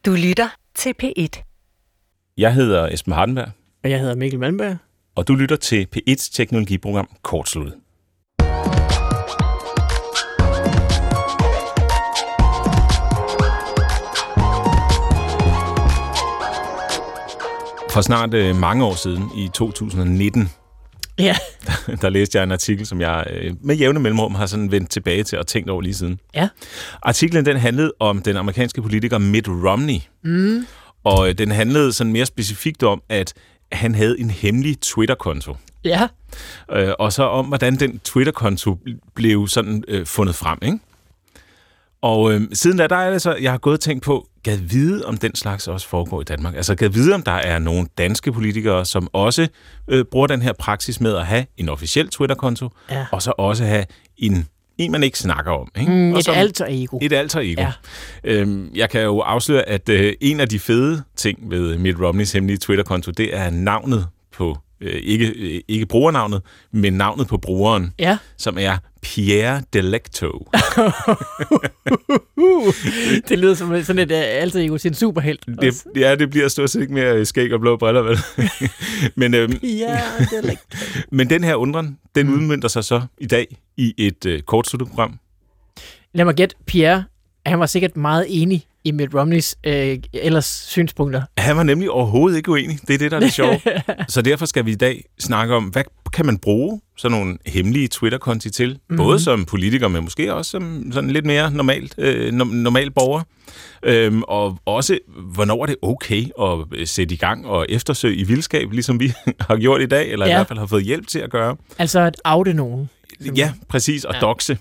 Du lytter til P1. Jeg hedder Esben Hardenberg. Og jeg hedder Mikkel Malmberg. Og du lytter til P1's teknologiprogram Kortsluttet. For snart mange år siden, i 2019, ja. der læste jeg en artikel, som jeg med jævne mellemrum har sådan vendt tilbage til og tænkt over lige siden. Ja. Artiklen den handlede om den amerikanske politiker Mitt Romney. Og den handlede sådan mere specifikt om, at han havde en hemmelig Twitter-konto. Ja. Og så om, hvordan den Twitter-konto blev sådan fundet frem, ikke? Og siden da er det så, jeg har gået og tænkt på, gad vide, om den slags også foregår i Danmark. Altså gad vide, om der er nogle danske politikere, som også bruger den her praksis med at have en officiel Twitter-konto, ja. Og så også have en man ikke snakker om. Ikke? Et alter ego. Et alter ego. Ja. Jeg kan jo afsløre, at en af de fede ting ved Mitt Romneys hemmelige Twitter-konto, det er navnet på, ikke brugernavnet, men navnet på brugeren, ja. Som er Pierre Delecto. Det lyder som sådan et alter ego til en superhelt. Det bliver stort set ikke mere skæg og blå briller, vel? Men den her undren, den udmønter sig så i dag i et kortsluttet program. Lad mig gætte, Pierre, han var sikkert meget enig i Mitt Romneys ellers synspunkter. Han var nemlig overhovedet ikke uenig. Det er det, der er det sjove. Så derfor skal vi i dag snakke om, hvad kan man bruge sådan nogle hemmelige Twitter-konti til? Både som politiker, men måske også som sådan lidt mere normal borger. Og også, hvornår er det okay at sætte i gang og eftersøge i vildskab, ligesom vi har gjort i dag, eller i hvert fald har fået hjælp til at gøre. Altså at oute nogen. Ja, præcis, og doxe.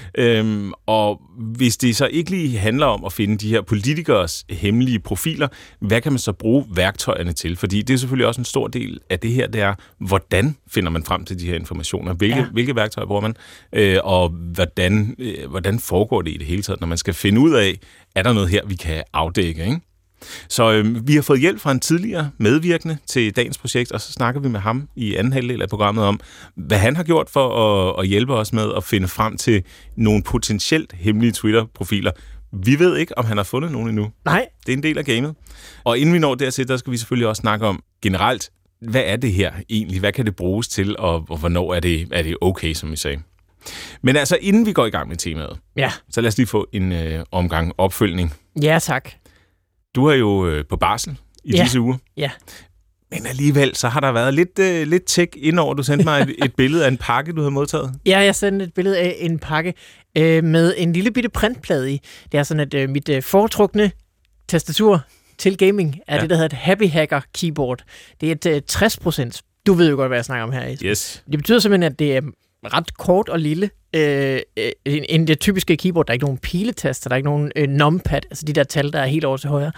Og hvis det så ikke lige handler om at finde de her politikers hemmelige profiler, hvad kan man så bruge værktøjerne til? Fordi det er selvfølgelig også en stor del af det her, det er, hvordan finder man frem til de her informationer? Hvilke værktøjer bruger man? Og hvordan foregår det i det hele taget, når man skal finde ud af, er der noget her, vi kan afdække, ikke? Så vi har fået hjælp fra en tidligere medvirkende til dagens projekt, og så snakker vi med ham i anden halvdel af programmet om, hvad han har gjort for at hjælpe os med at finde frem til nogle potentielt hemmelige Twitter-profiler. Vi ved ikke, om han har fundet nogen endnu. Nej. Det er en del af gamet. Og inden vi når dertil, der skal vi selvfølgelig også snakke om generelt, hvad er det her egentlig? Hvad kan det bruges til, og hvornår er det okay, som vi sagde? Men altså, inden vi går i gang med temaet, så lad os lige få en omgang opfølgning. Ja, tak. Du er jo på barsel i disse uger. Ja. Men alligevel, så har der været lidt tjek indover. Du sendte mig et billede af en pakke, du havde modtaget. Ja, jeg sendte et billede af en pakke med en lille bitte printplade i. Det er sådan, at mit foretrukne tastatur til gaming er det, der hedder et Happy Hacker Keyboard. Det er et 60%. Du ved jo godt, hvad jeg snakker om her. Yes. Det betyder simpelthen, at det er ret kort og lille. End det typiske keyboard. Der er ikke nogen piletaster, der er ikke nogen numpad, altså de der tal, der er helt over til højre.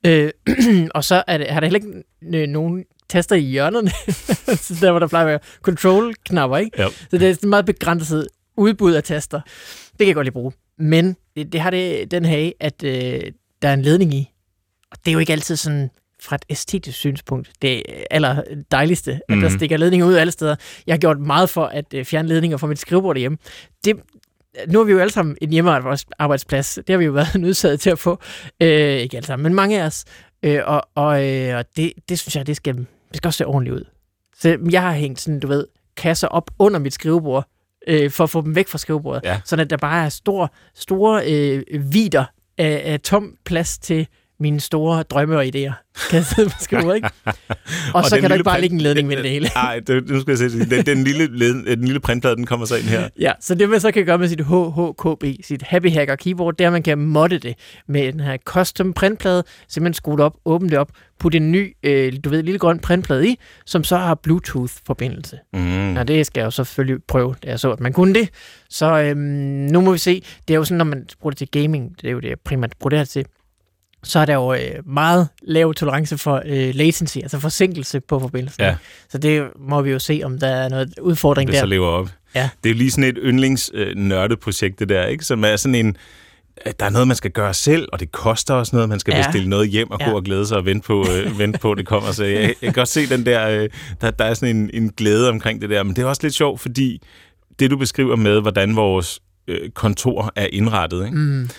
Og så har der heller ikke nogen taster i hjørnerne, så der hvor der plejer at være control-knapper, ikke? Jo. Så det er et meget begrænset udbud af taster. Det kan jeg godt lide bruge. Men det har den her, at der er en ledning i. Og det er jo ikke altid sådan fra et æstetisk synspunkt, det aller dejligste, at der stikker ledninger ud alle steder. Jeg har gjort meget for at fjerne ledninger fra mit skrivebord derhjemme. Nu har vi jo alle sammen en hjemmearbejdsplads. Det har vi jo været nødsaget til at få. Ikke alle sammen, men mange af os. Og det synes jeg, det skal også se ordentligt ud. Så jeg har hængt sådan, du ved, kasser op under mit skrivebord, for at få dem væk fra skrivebordet. Sådan at der bare er store vidder af tom plads til mine store drømme og idéer. Kan jeg sidde på skrive, ikke? Og så kan der ikke bare ligge en ledning med det hele. Nej, nu skal jeg se. Den lille printplade, den kommer så ind her. Ja, så det man så kan gøre med sit HHKB, sit Happy Hacker Keyboard, det er, at man kan modde det med den her custom printplade, simpelthen skrue det op, åbne det op, putte en ny, lille grøn printplade i, som så har Bluetooth-forbindelse. Og det skal jeg jo selvfølgelig prøve, da jeg så, at man kunne det. Så nu må vi se. Det er jo sådan, når man bruger det til gaming, det er jo det, jeg primært bruger det her til, så er der jo meget lav tolerance for latency, altså forsinkelse på forbindelsen. Ja. Så det må vi jo se, om der er noget udfordring der. Det så lever op. Ja. Det er jo lige sådan et yndlingsnørdeprojekt, det der, ikke? Som er sådan en, der er noget, man skal gøre selv, og det koster også noget. Man skal bestille noget hjem og gå og glæde sig og vente på, det kommer. Så jeg kan godt se den der, der er sådan en glæde omkring det der. Men det er også lidt sjovt, fordi det, du beskriver med, hvordan vores kontor er indrettet, ikke?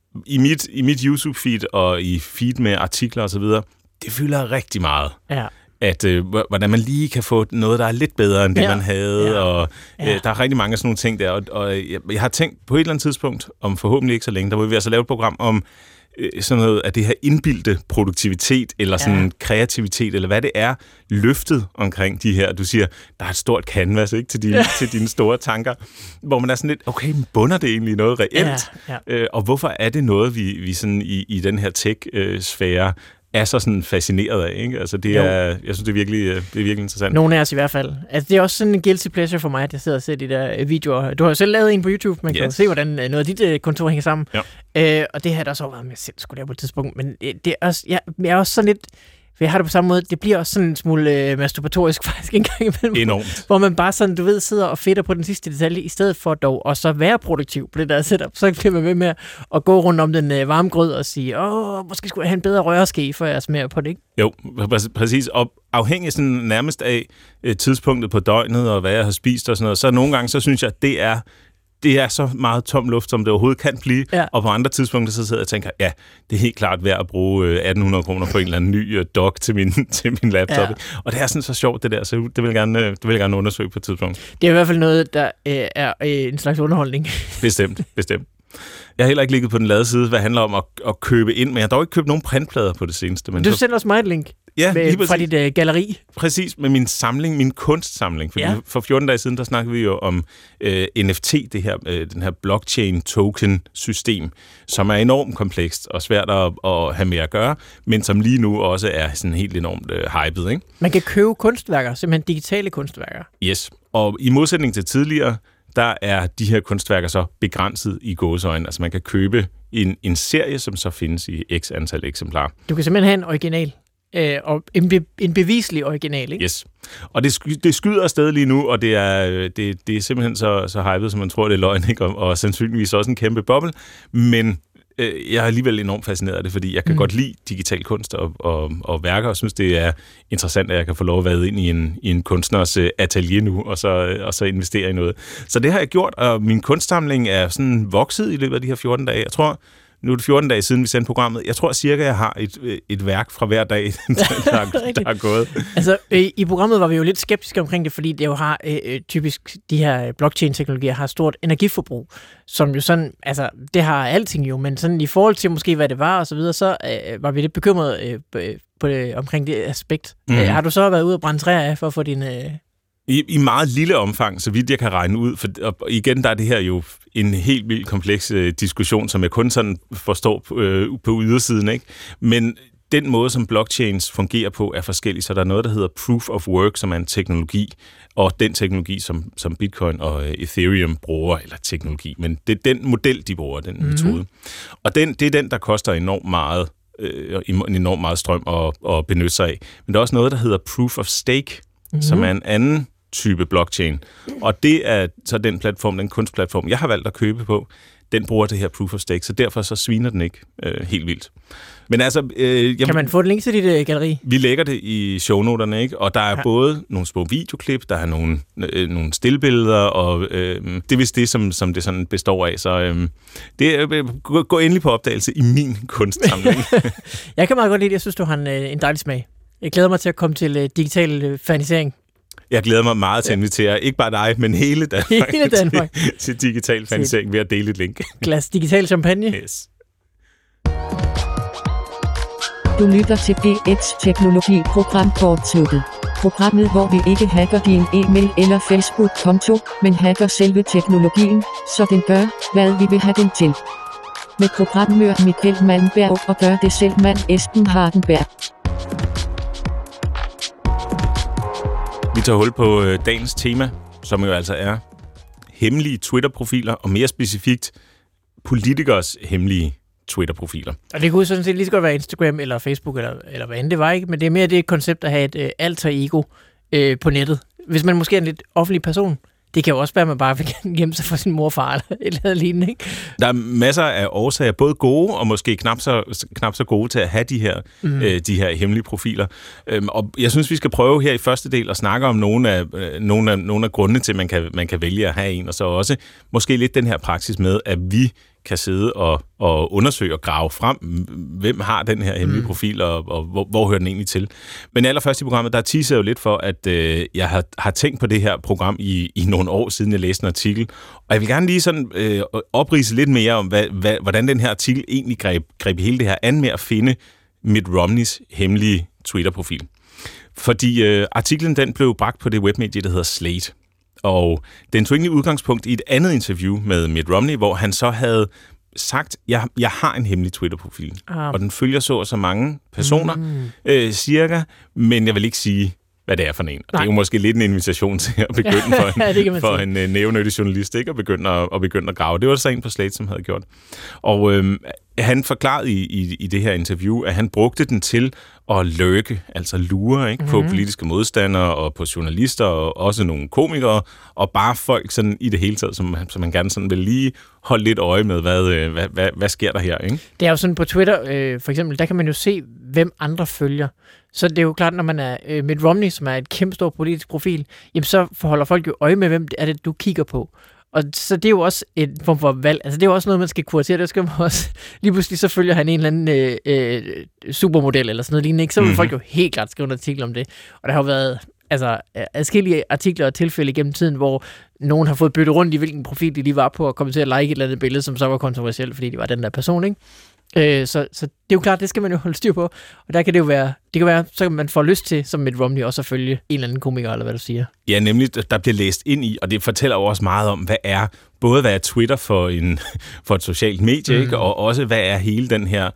i mit YouTube-feed og i feed med artikler og så videre, det fylder rigtig meget. Ja. At hvordan man lige kan få noget, der er lidt bedre end det, man havde, og der er rigtig mange af sådan nogle ting der, og jeg har tænkt på et eller andet tidspunkt, om forhåbentlig ikke så længe, der vil vi altså lave et program om sådan noget af det her indbildte produktivitet, eller sådan kreativitet, eller hvad det er, løftet omkring de her, du siger, der er et stort canvas, ikke, til dine store tanker, hvor man er sådan lidt, okay, men bunder det egentlig noget reelt? Og hvorfor er det noget, vi sådan i den her tech-sfære er så sådan fascineret af, ikke? Altså det er, jeg synes, det er virkelig interessant. Nogle af os i hvert fald. Altså det er også sådan en guilty pleasure for mig, at jeg sidder og ser de der videoer. Du har jo selv lavet en på YouTube, man kan jo se, hvordan noget af dit kontor hænger sammen. Ja. Og det har der også været med, at jeg selv skulle lave på et tidspunkt. Men det er også, jeg er også sådan lidt, for jeg har det på samme måde, det bliver også sådan en smule masturbatorisk faktisk en gang imellem. Enormt. Hvor man bare sådan, du ved, sidder og fedter på den sidste detalje, i stedet for dog, og så være produktiv på det der setup. Så bliver man ved med at gå rundt om den varme grød og sige, måske skulle jeg have en bedre røreske, før jeg smager på det, ikke? Jo, præcis. Og afhængig sådan nærmest af tidspunktet på døgnet, og hvad jeg har spist og sådan noget, så nogle gange, så synes jeg, at det er så meget tom luft, som det overhovedet kan blive. Ja. Og på andre tidspunkter, så sidder jeg og tænker, ja, det er helt klart værd at bruge 1.800 kroner på en eller anden ny dock til min laptop. Ja. Og det er sådan så sjovt, det der, så det vil jeg gerne undersøge på et tidspunkt. Det er i hvert fald noget, der er en slags underholdning. Bestemt. Jeg har heller ikke ligget på den lade side, hvad handler om at købe ind, men jeg har dog ikke købt nogen printplader på det seneste. Men du sender os mig et link fra dit galleri. Præcis, med min kunstsamling. Fordi for 14 dage siden, der snakkede vi jo om NFT, den her blockchain token system, som er enormt komplekst og svært at have med at gøre, men som lige nu også er sådan helt enormt hyped, ikke? Man kan købe kunstværker, simpelthen digitale kunstværker. Yes, og i modsætning til tidligere, der er de her kunstværker så begrænset i gåseøjne. Altså man kan købe en serie, som så findes i x antal eksemplarer. Du kan simpelthen have en original, og en beviselig original, ikke? Yes. Og det skyder afsted lige nu, og det er simpelthen så hypet, som man tror, det er løgn, ikke? Og sandsynligvis også en kæmpe boble. Men jeg er alligevel enormt fascineret af det, fordi jeg kan godt lide digital kunst og værker, og synes, det er interessant, at jeg kan få lov at være ind i en kunstners atelier nu, og så investere i noget. Så det har jeg gjort, og min kunstsamling er sådan vokset i løbet af de her 14 dage. Jeg tror, nu er det 14 dage siden, vi sendte programmet. Jeg tror cirka, jeg har et værk fra hver dag, der er gået. Altså, i programmet var vi jo lidt skeptiske omkring det, fordi det jo har typisk, de her blockchain-teknologier har stort energiforbrug, som jo sådan, altså, det har alting jo, men sådan i forhold til måske, hvad det var og så videre, så var vi lidt bekymrede omkring det aspekt. Har du så været ude og brænde træer af for at få din... I meget lille omfang, så vidt jeg kan regne ud, og igen, der er det her jo en helt vildt kompleks diskussion, som jeg kun sådan forstår på ydersiden, ikke? Men den måde, som blockchains fungerer på, er forskellig. Så der er noget, der hedder Proof of Work, som er en teknologi, og den teknologi, som Bitcoin og Ethereum bruger, eller teknologi, men det er den model, de bruger, den metode. Og det er den, der koster enormt meget strøm at benytte sig af. Men der er også noget, der hedder Proof of Stake, som er en anden type blockchain. Og det er så den kunstplatform, jeg har valgt at købe på, den bruger det her Proof of Stake, så derfor så sviner den ikke helt vildt. Men altså... kan man få et link til dit galleri? Vi lægger det i shownoterne, ikke? Og der er både nogle små videoklip, der er nogle stillbilleder, og det er vist det, som det sådan består af. Så gå endelig på opdagelse i min kunstsamling. Jeg kan meget godt lide det. Jeg synes, du har en dejlig smag. Jeg glæder mig til at komme til digital fanisering. Jeg glæder mig meget til at invitere, ikke bare dig, men hele Danmark, til digital fanisering ved at dele et link. Glas digital champagne. Yes. Du lytter til P1's teknologi-program Kortsluttet. Programmet, hvor vi ikke hacker din e-mail eller Facebook-konto, men hacker selve teknologien, så den gør, hvad vi vil have den til. Med programmør Michael Malmberg og gør det selv mand Esben Hardenberg. Vi tager hul på dagens tema, som jo altså er hemmelige Twitter-profiler, og mere specifikt politikers hemmelige Twitter-profiler. Og det kunne sådan set lige så godt være Instagram eller Facebook eller hvad end det var, ikke? Men det er mere det koncept at have et alter ego på nettet. Hvis man måske er en lidt offentlig person, det kan jo også være, at man bare vil gemme sig for sin morfar eller et eller andet lignende, ikke? Der er masser af årsager, både gode og måske knap så gode til at have de her hemmelige profiler. Og jeg synes, vi skal prøve her i første del at snakke om nogle af grundene til, at man kan vælge at have en, og så også måske lidt den her praksis med, at vi kan sidde og undersøge og grave frem, hvem har den her hemmelige profil, og hvor hører den egentlig til. Men allerførst i programmet, der teaser jeg jo lidt for, at jeg har tænkt på det her program i nogle år siden, jeg læste en artikel, og jeg vil gerne lige sådan opridse lidt mere om, hvordan den her artikel egentlig greb hele det her an med at finde Mitt Romneys hemmelige Twitter-profil. Fordi artiklen den blev bragt på det webmedie, der hedder Slate. Og den tog egentlig udgangspunkt i et andet interview med Mitt Romney, hvor han så havde sagt, jeg har en hemmelig Twitter-profil, og den følger så mange personer, cirka, men jeg vil ikke sige, hvad det er for en. Og det er jo måske lidt en invitation til at begynde for en neonødig journalist, ikke? At begynde at grave. Det var så en på Slate, som havde gjort. Og han forklarede i det her interview, at han brugte den til at lurke, altså lure, ikke, på politiske modstandere og på journalister og også nogle komikere og bare folk sådan i det hele taget, som man gerne sådan vil lige holde lidt øje med, hvad sker der her, ikke? Det er jo sådan på Twitter, for eksempel, der kan man jo se, hvem andre følger. Så det er jo klart, når man er Mitt Romney, som er et kæmpe stor politisk profil, jamen så forholder folk jo øje med, hvem er det, du kigger på. Og så det er jo også en form for valg. Altså det er jo også noget, man skal kuratere. Det skal man også. Lige pludselig så følger han en eller anden supermodel eller sådan noget lignende. Ikke? Så vil folk jo helt klart skrive en artikel om det. Og der har jo været adskillige artikler og tilfælde gennem tiden, hvor nogen har fået byttet rundt i, hvilken profil de lige var på, og kommet til at like et eller andet billede, som så var kontroversielt, fordi det var den der person, ikke? Så det er jo klart, det skal man jo holde styr på. Og der kan det jo være, så kan man få lyst til, som Mitt Romney, også at følge en eller anden komiker, eller hvad du siger. Ja, nemlig, der bliver læst ind i, og det fortæller jo også meget om, hvad er Twitter for et socialt medie, ikke? Og også, hvad er hele den her,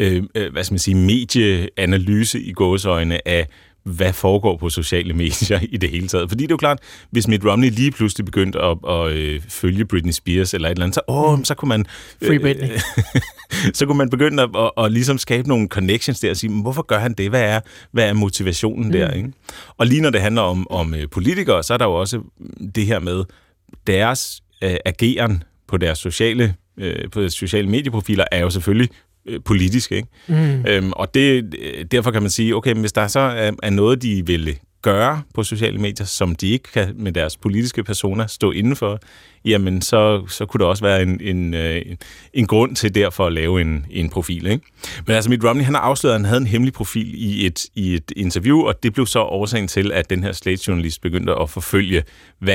medieanalyse i gåseøjne af, hvad foregår på sociale medier i det hele taget. Fordi det er jo klart, hvis Mitt Romney lige pludselig begyndte at følge Britney Spears eller et eller andet, så kunne man... Free Britney. Så kunne man begynde at ligesom skabe nogle connections der og sige, hvorfor gør han det? Hvad er motivationen der? Ikke? Og lige når det handler om politikere, så er der jo også det her med deres ageren på deres sociale medieprofiler er jo selvfølgelig politisk, ikke? Og derfor kan man sige, okay, hvis der så er noget, de vil gøre på sociale medier, som de ikke kan med deres politiske personer stå indenfor, jamen så kunne der også være en grund til derfor at lave en profil, ikke? Men altså Mitt Romney, han har afsløret, at han havde en hemmelig profil i et interview, og det blev så årsagen til, at den her Slate-journalist begyndte at forfølge,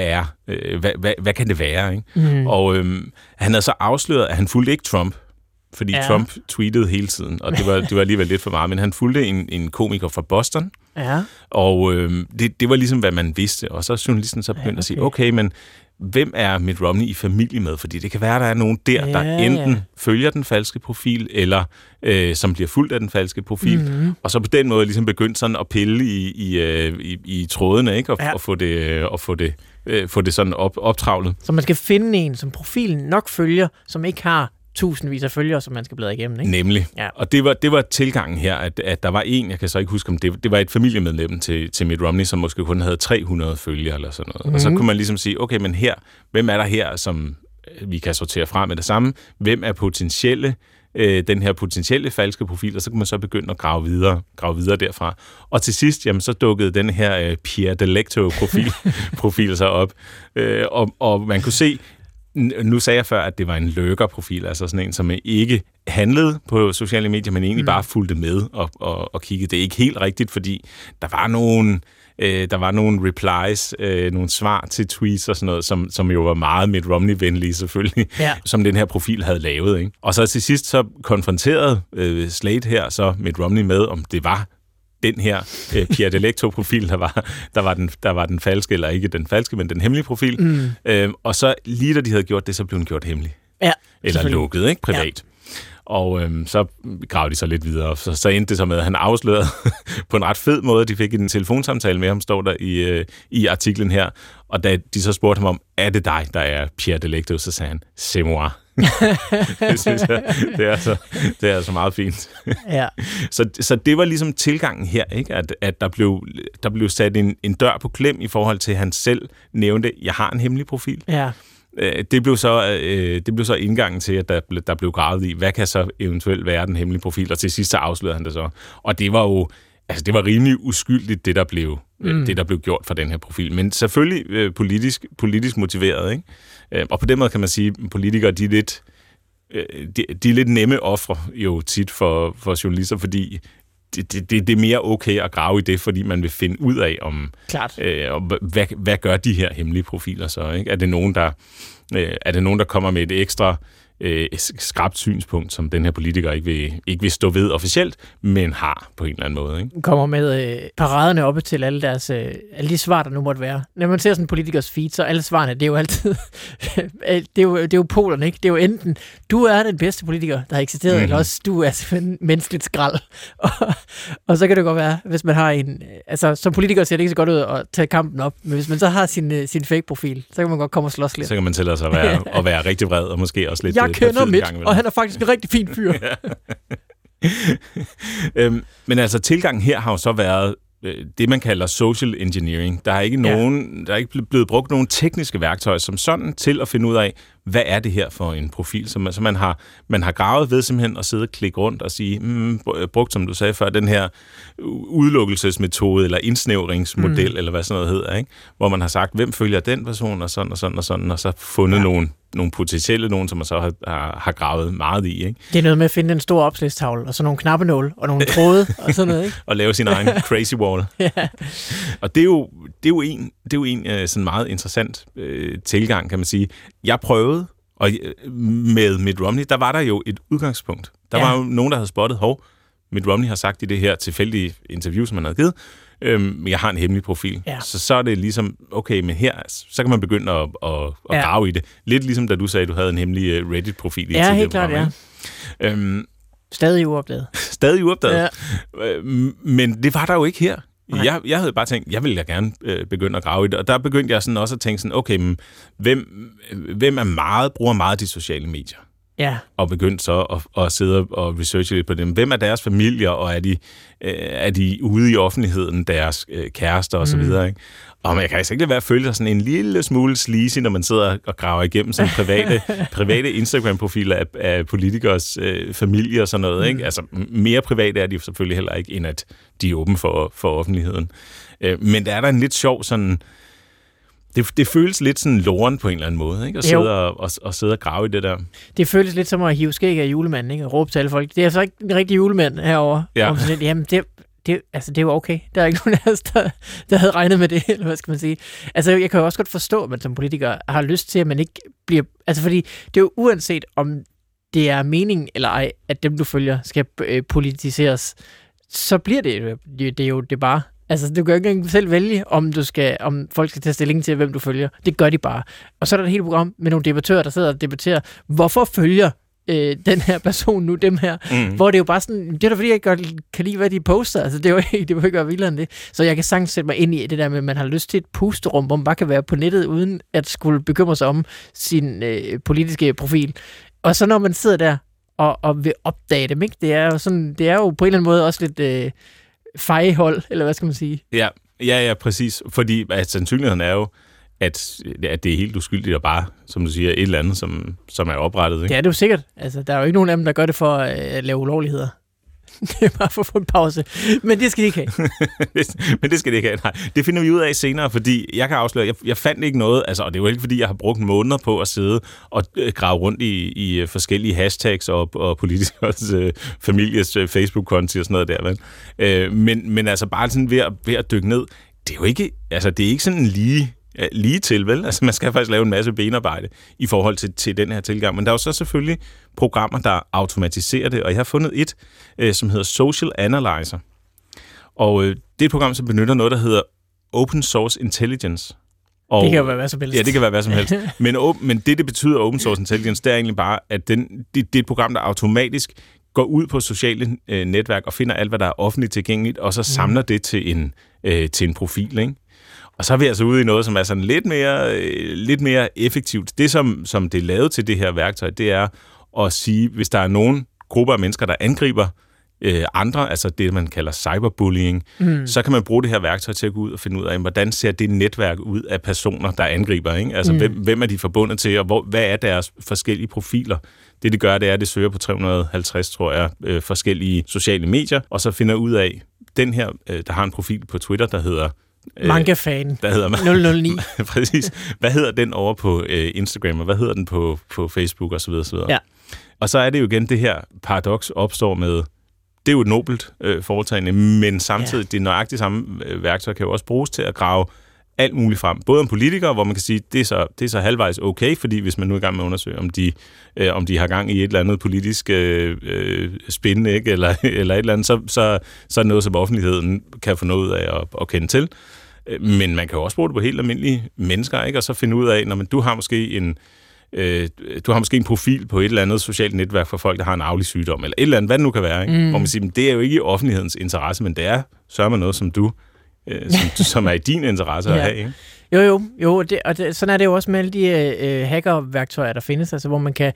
hvad kan det være, ikke? Og han havde så afsløret, at han fulgte ikke Trump, fordi Trump tweetede hele tiden, og det var alligevel lidt for meget, men han fulgte en komiker fra Boston, og det var ligesom, hvad man vidste, og så journalisten så begyndte at sige, okay, men hvem er Mitt Romney i familie med? Fordi det kan være, der er nogen der enten følger den falske profil, eller som bliver fulgt af den falske profil, og så på den måde ligesom begyndt sådan at pille i trådene, ikke? Og få det sådan optravlet. Så man skal finde en, som profilen nok følger, som ikke har tusindvis af følgere, som man skal bladre igennem, ikke? Nemlig. Ja. Og det var tilgangen her, at der var en, jeg kan så ikke huske, om det var et familiemedlem til Mitt Romney, som måske kun havde 300 følgere eller sådan noget. Og så kunne man ligesom sige, okay, men her, hvem er der her, som vi kan sortere fra med det samme? Hvem er den her potentielle falske profil, og så kunne man så begynde at grave videre derfra. Og til sidst, jamen, så dukkede den her Pierre Delecto-profil så op. Og man kunne se, nu sagde jeg før, at det var en lurker-profil, altså sådan en, som ikke handlede på sociale medier, men egentlig bare fulgte med og kiggede. Det er ikke helt rigtigt, fordi der var nogle replies, nogle svar til tweets og sådan noget, som jo var meget Mitt Romney-venlige selvfølgelig, som den her profil havde lavet, ikke? Og så til sidst så konfronterede Slate her så Mitt Romney med, om det var den her Pierre Delecto-profil, der var den falske, eller ikke den falske, men den hemmelige profil. Og så lige da de havde gjort det, så blev den gjort hemmelig. Ja, eller lukket, ikke? Privat. Ja. Og så gravede de så lidt videre, og så endte det så med, at han afslørede på en ret fed måde. De fik en telefonsamtale med ham, står der i artiklen her. Og da de så spurgte ham om, er det dig, der er Pierre Delecto, så sagde han, c'est moi. Det synes jeg, det er altså meget fint. Ja. Så det var ligesom tilgangen her, ikke? At der blev sat en dør på klem i forhold til, at han selv nævnte, jeg har en hemmelig profil. Ja. Det blev så indgangen til, at der blev gravet i, hvad kan så eventuelt være den hemmelige profil, og til sidst så afslørede han det så. Og det var jo, altså det var rimelig uskyldigt, det der blev gjort for den her profil. Men selvfølgelig politisk motiveret, ikke? Og på den måde kan man sige, at politikere, de er lidt de er lidt nemme ofre jo tit for journalister, fordi det er mere okay at grave i det, fordi man vil finde ud af, om hvad gør de her hemmelige profiler så? Ikke? Er det nogen, der kommer med et ekstra skrapt synspunkt, som den her politiker ikke vil stå ved officielt, men har på en eller anden måde. Ikke? Kommer med paraderne oppe til alle de svar, der nu måtte være. Når man ser sådan en politikers feed, så alle svarene, det er jo altid det er jo polerne, ikke? Det er jo enten, du er den bedste politiker, der har eksisteret, eller også du er simpelthen menneskeligt skrald. Og så kan det godt være, hvis man har som politiker ser det ikke så godt ud at tage kampen op, men hvis man så har sin fake-profil, så kan man godt komme og slås lidt. Så kan man tillade sig at være rigtig vred, og måske også lidt... Jeg kender Midt, og han er faktisk en rigtig fin fyr. Men altså, tilgangen her har jo så været det, man kalder social engineering. Der er ikke blevet brugt nogen tekniske værktøjer som sådan til at finde ud af, hvad er det her for en profil, som man har gravet ved simpelthen at sidde og klikke rundt og sige, brugt, som du sagde før, den her udelukkelsesmetode eller indsnævringsmodel, eller hvad sådan noget hedder, ikke? Hvor man har sagt, hvem følger den person, og sådan og sådan og sådan, og så fundet nogle potentielle nogen, som man så har gravet meget i. Ikke? Det er noget med at finde en stor opslagstavle, og så nogle knappenål, og nogle tråde, og sådan noget, ikke? Og lave sin egen crazy wall. Ja. Og det er jo en sådan meget interessant tilgang, kan man sige. Jeg prøvede, og med Mitt Romney, der var der jo et udgangspunkt. Der var jo nogen, der havde spottet, Mitt Romney har sagt i det her tilfældige interview, som han havde givet, jeg har en hemmelig profil. Ja. Så er det ligesom, okay, men her, så kan man begynde at grave i det. Lidt ligesom da du sagde, at du havde en hemmelig Reddit-profil. Ja, helt klart, ja. Stadig uopdaget. Stadig uopdaget. Ja. Men det var der jo ikke her. Jeg havde bare tænkt, jeg ville da gerne begynde at grave i det, og der begyndte jeg sådan også at tænke sådan, okay, men hvem bruger meget de sociale medier? Ja. Og begyndte så at sidde og researche lidt på dem. Hvem er deres familier, og er de ude i offentligheden, deres kærester og så videre, ikke? Og man kan altså ikke lade være at føle sig sådan en lille smule sleazy, når man sidder og graver igennem sådan private Instagram-profiler af politikers familie og sådan noget, ikke? Altså mere private er de selvfølgelig heller ikke, end at de er åbne for offentligheden. Men der er der en lidt sjov sådan... Det føles lidt sådan loren på en eller anden måde, ikke? At sidde og grave i det der. Det føles lidt som at hive skæg af julemanden, ikke? Og råbe til alle folk. Det er altså ikke en rigtig julemand herovre. Ja. Sådan, jamen, det er jo okay. Der er ikke nogen af os, der havde regnet med det, eller hvad skal man sige. Altså, jeg kan jo også godt forstå, at man som politiker har lyst til, at man ikke bliver... Altså, fordi det er jo uanset, om det er meningen eller ej, at dem, du følger, skal politiseres, så bliver det er jo det bare... Altså, du kan jo ikke engang selv vælge, om folk skal tage stilling til, hvem du følger. Det gør de bare. Og så er der et helt program med nogle debattører, der sidder og debatterer, hvorfor følger den her person nu dem her? Hvor det er jo bare sådan, det er da fordi, jeg godt kan lide, hvad de poster. Altså, det er jo ikke være vildere end det. Så jeg kan sagtens sætte mig ind i det der med, at man har lyst til et pusterum, hvor man bare kan være på nettet, uden at skulle bekymre sig om sin politiske profil. Og så når man sidder der og vil opdage dem, ikke? Det er jo på en eller anden måde også lidt... fejehold, eller hvad skal man sige? Ja, præcis. Fordi sandsynligheden er jo, at det er helt uskyldigt og bare, som du siger, et eller andet, som er oprettet. Ikke? Det er det jo sikkert. Altså, der er jo ikke nogen af dem, der gør det for at lave ulovligheder. Det er bare for at få en pause. Men det skal de ikke have. Men det skal de ikke have, nej. Det finder vi ud af senere, fordi jeg kan afsløre, jeg fandt ikke noget, altså, og det er jo ikke, fordi jeg har brugt måneder på at sidde og grave rundt i forskellige hashtags og politikers families Facebook-konti og sådan noget der, vel? Men altså bare sådan ved at dykke ned, det er jo ikke, altså det er ikke sådan lige til, vel? Altså man skal faktisk lave en masse benarbejde i forhold til den her tilgang. Men der er jo så selvfølgelig programmer, der automatiserer det, og jeg har fundet et, som hedder Social Analyzer. Og det er et program, som benytter noget, der hedder Open Source Intelligence. Og, det kan jo være hvad som helst. Ja, det kan være hvad som helst. Men det betyder Open Source Intelligence, det er egentlig bare, at det er et program, der automatisk går ud på sociale netværk og finder alt, hvad der er offentligt tilgængeligt, og så samler det til en profil, ikke? Og så er vi altså ude i noget, som er sådan lidt mere effektivt. Det, som det er lavet til det her værktøj, det er at sige, hvis der er nogen grupper af mennesker, der angriber andre, altså det, man kalder cyberbullying, så kan man bruge det her værktøj til at gå ud og finde ud af, hvordan ser det netværk ud af personer, der angriber, ikke? Altså, hvem er de forbundet til, og hvad er deres forskellige profiler? Det gør, det er, at det søger på 350, tror jeg, forskellige sociale medier, og så finder ud af, den her, der har en profil på Twitter, der hedder Manga-fan. Der hedder man 009. Præcis. Hvad hedder den over på Instagram, og hvad hedder den på Facebook osv. Ja. Og så er det jo igen det her paradoks opstår med, det er jo et nobelt foretagende, men samtidig det nøjagtigt samme værktøj kan jo også bruges til at grave alt muligt frem. Både om politikere, hvor man kan sige, det er så halvvejs okay, fordi hvis man nu er i gang med at undersøge, om de har gang i et eller andet politisk spin, ikke? Eller et eller andet, så er det noget, som offentligheden kan få noget ud af at kende til. Men man kan jo også bruge det på helt almindelige mennesker, ikke? Og så finde ud af, når du har måske en profil på et eller andet socialt netværk for folk, der har en arvelig sygdom, eller et eller andet, hvad det nu kan være, ikke? Hvor man siger, det er jo ikke i offentlighedens interesse, men det er sørger man noget, som du som er i din interesse at have, ikke? Jo, sådan er det jo også med alle de hackerværktøjer, der findes, altså hvor man kan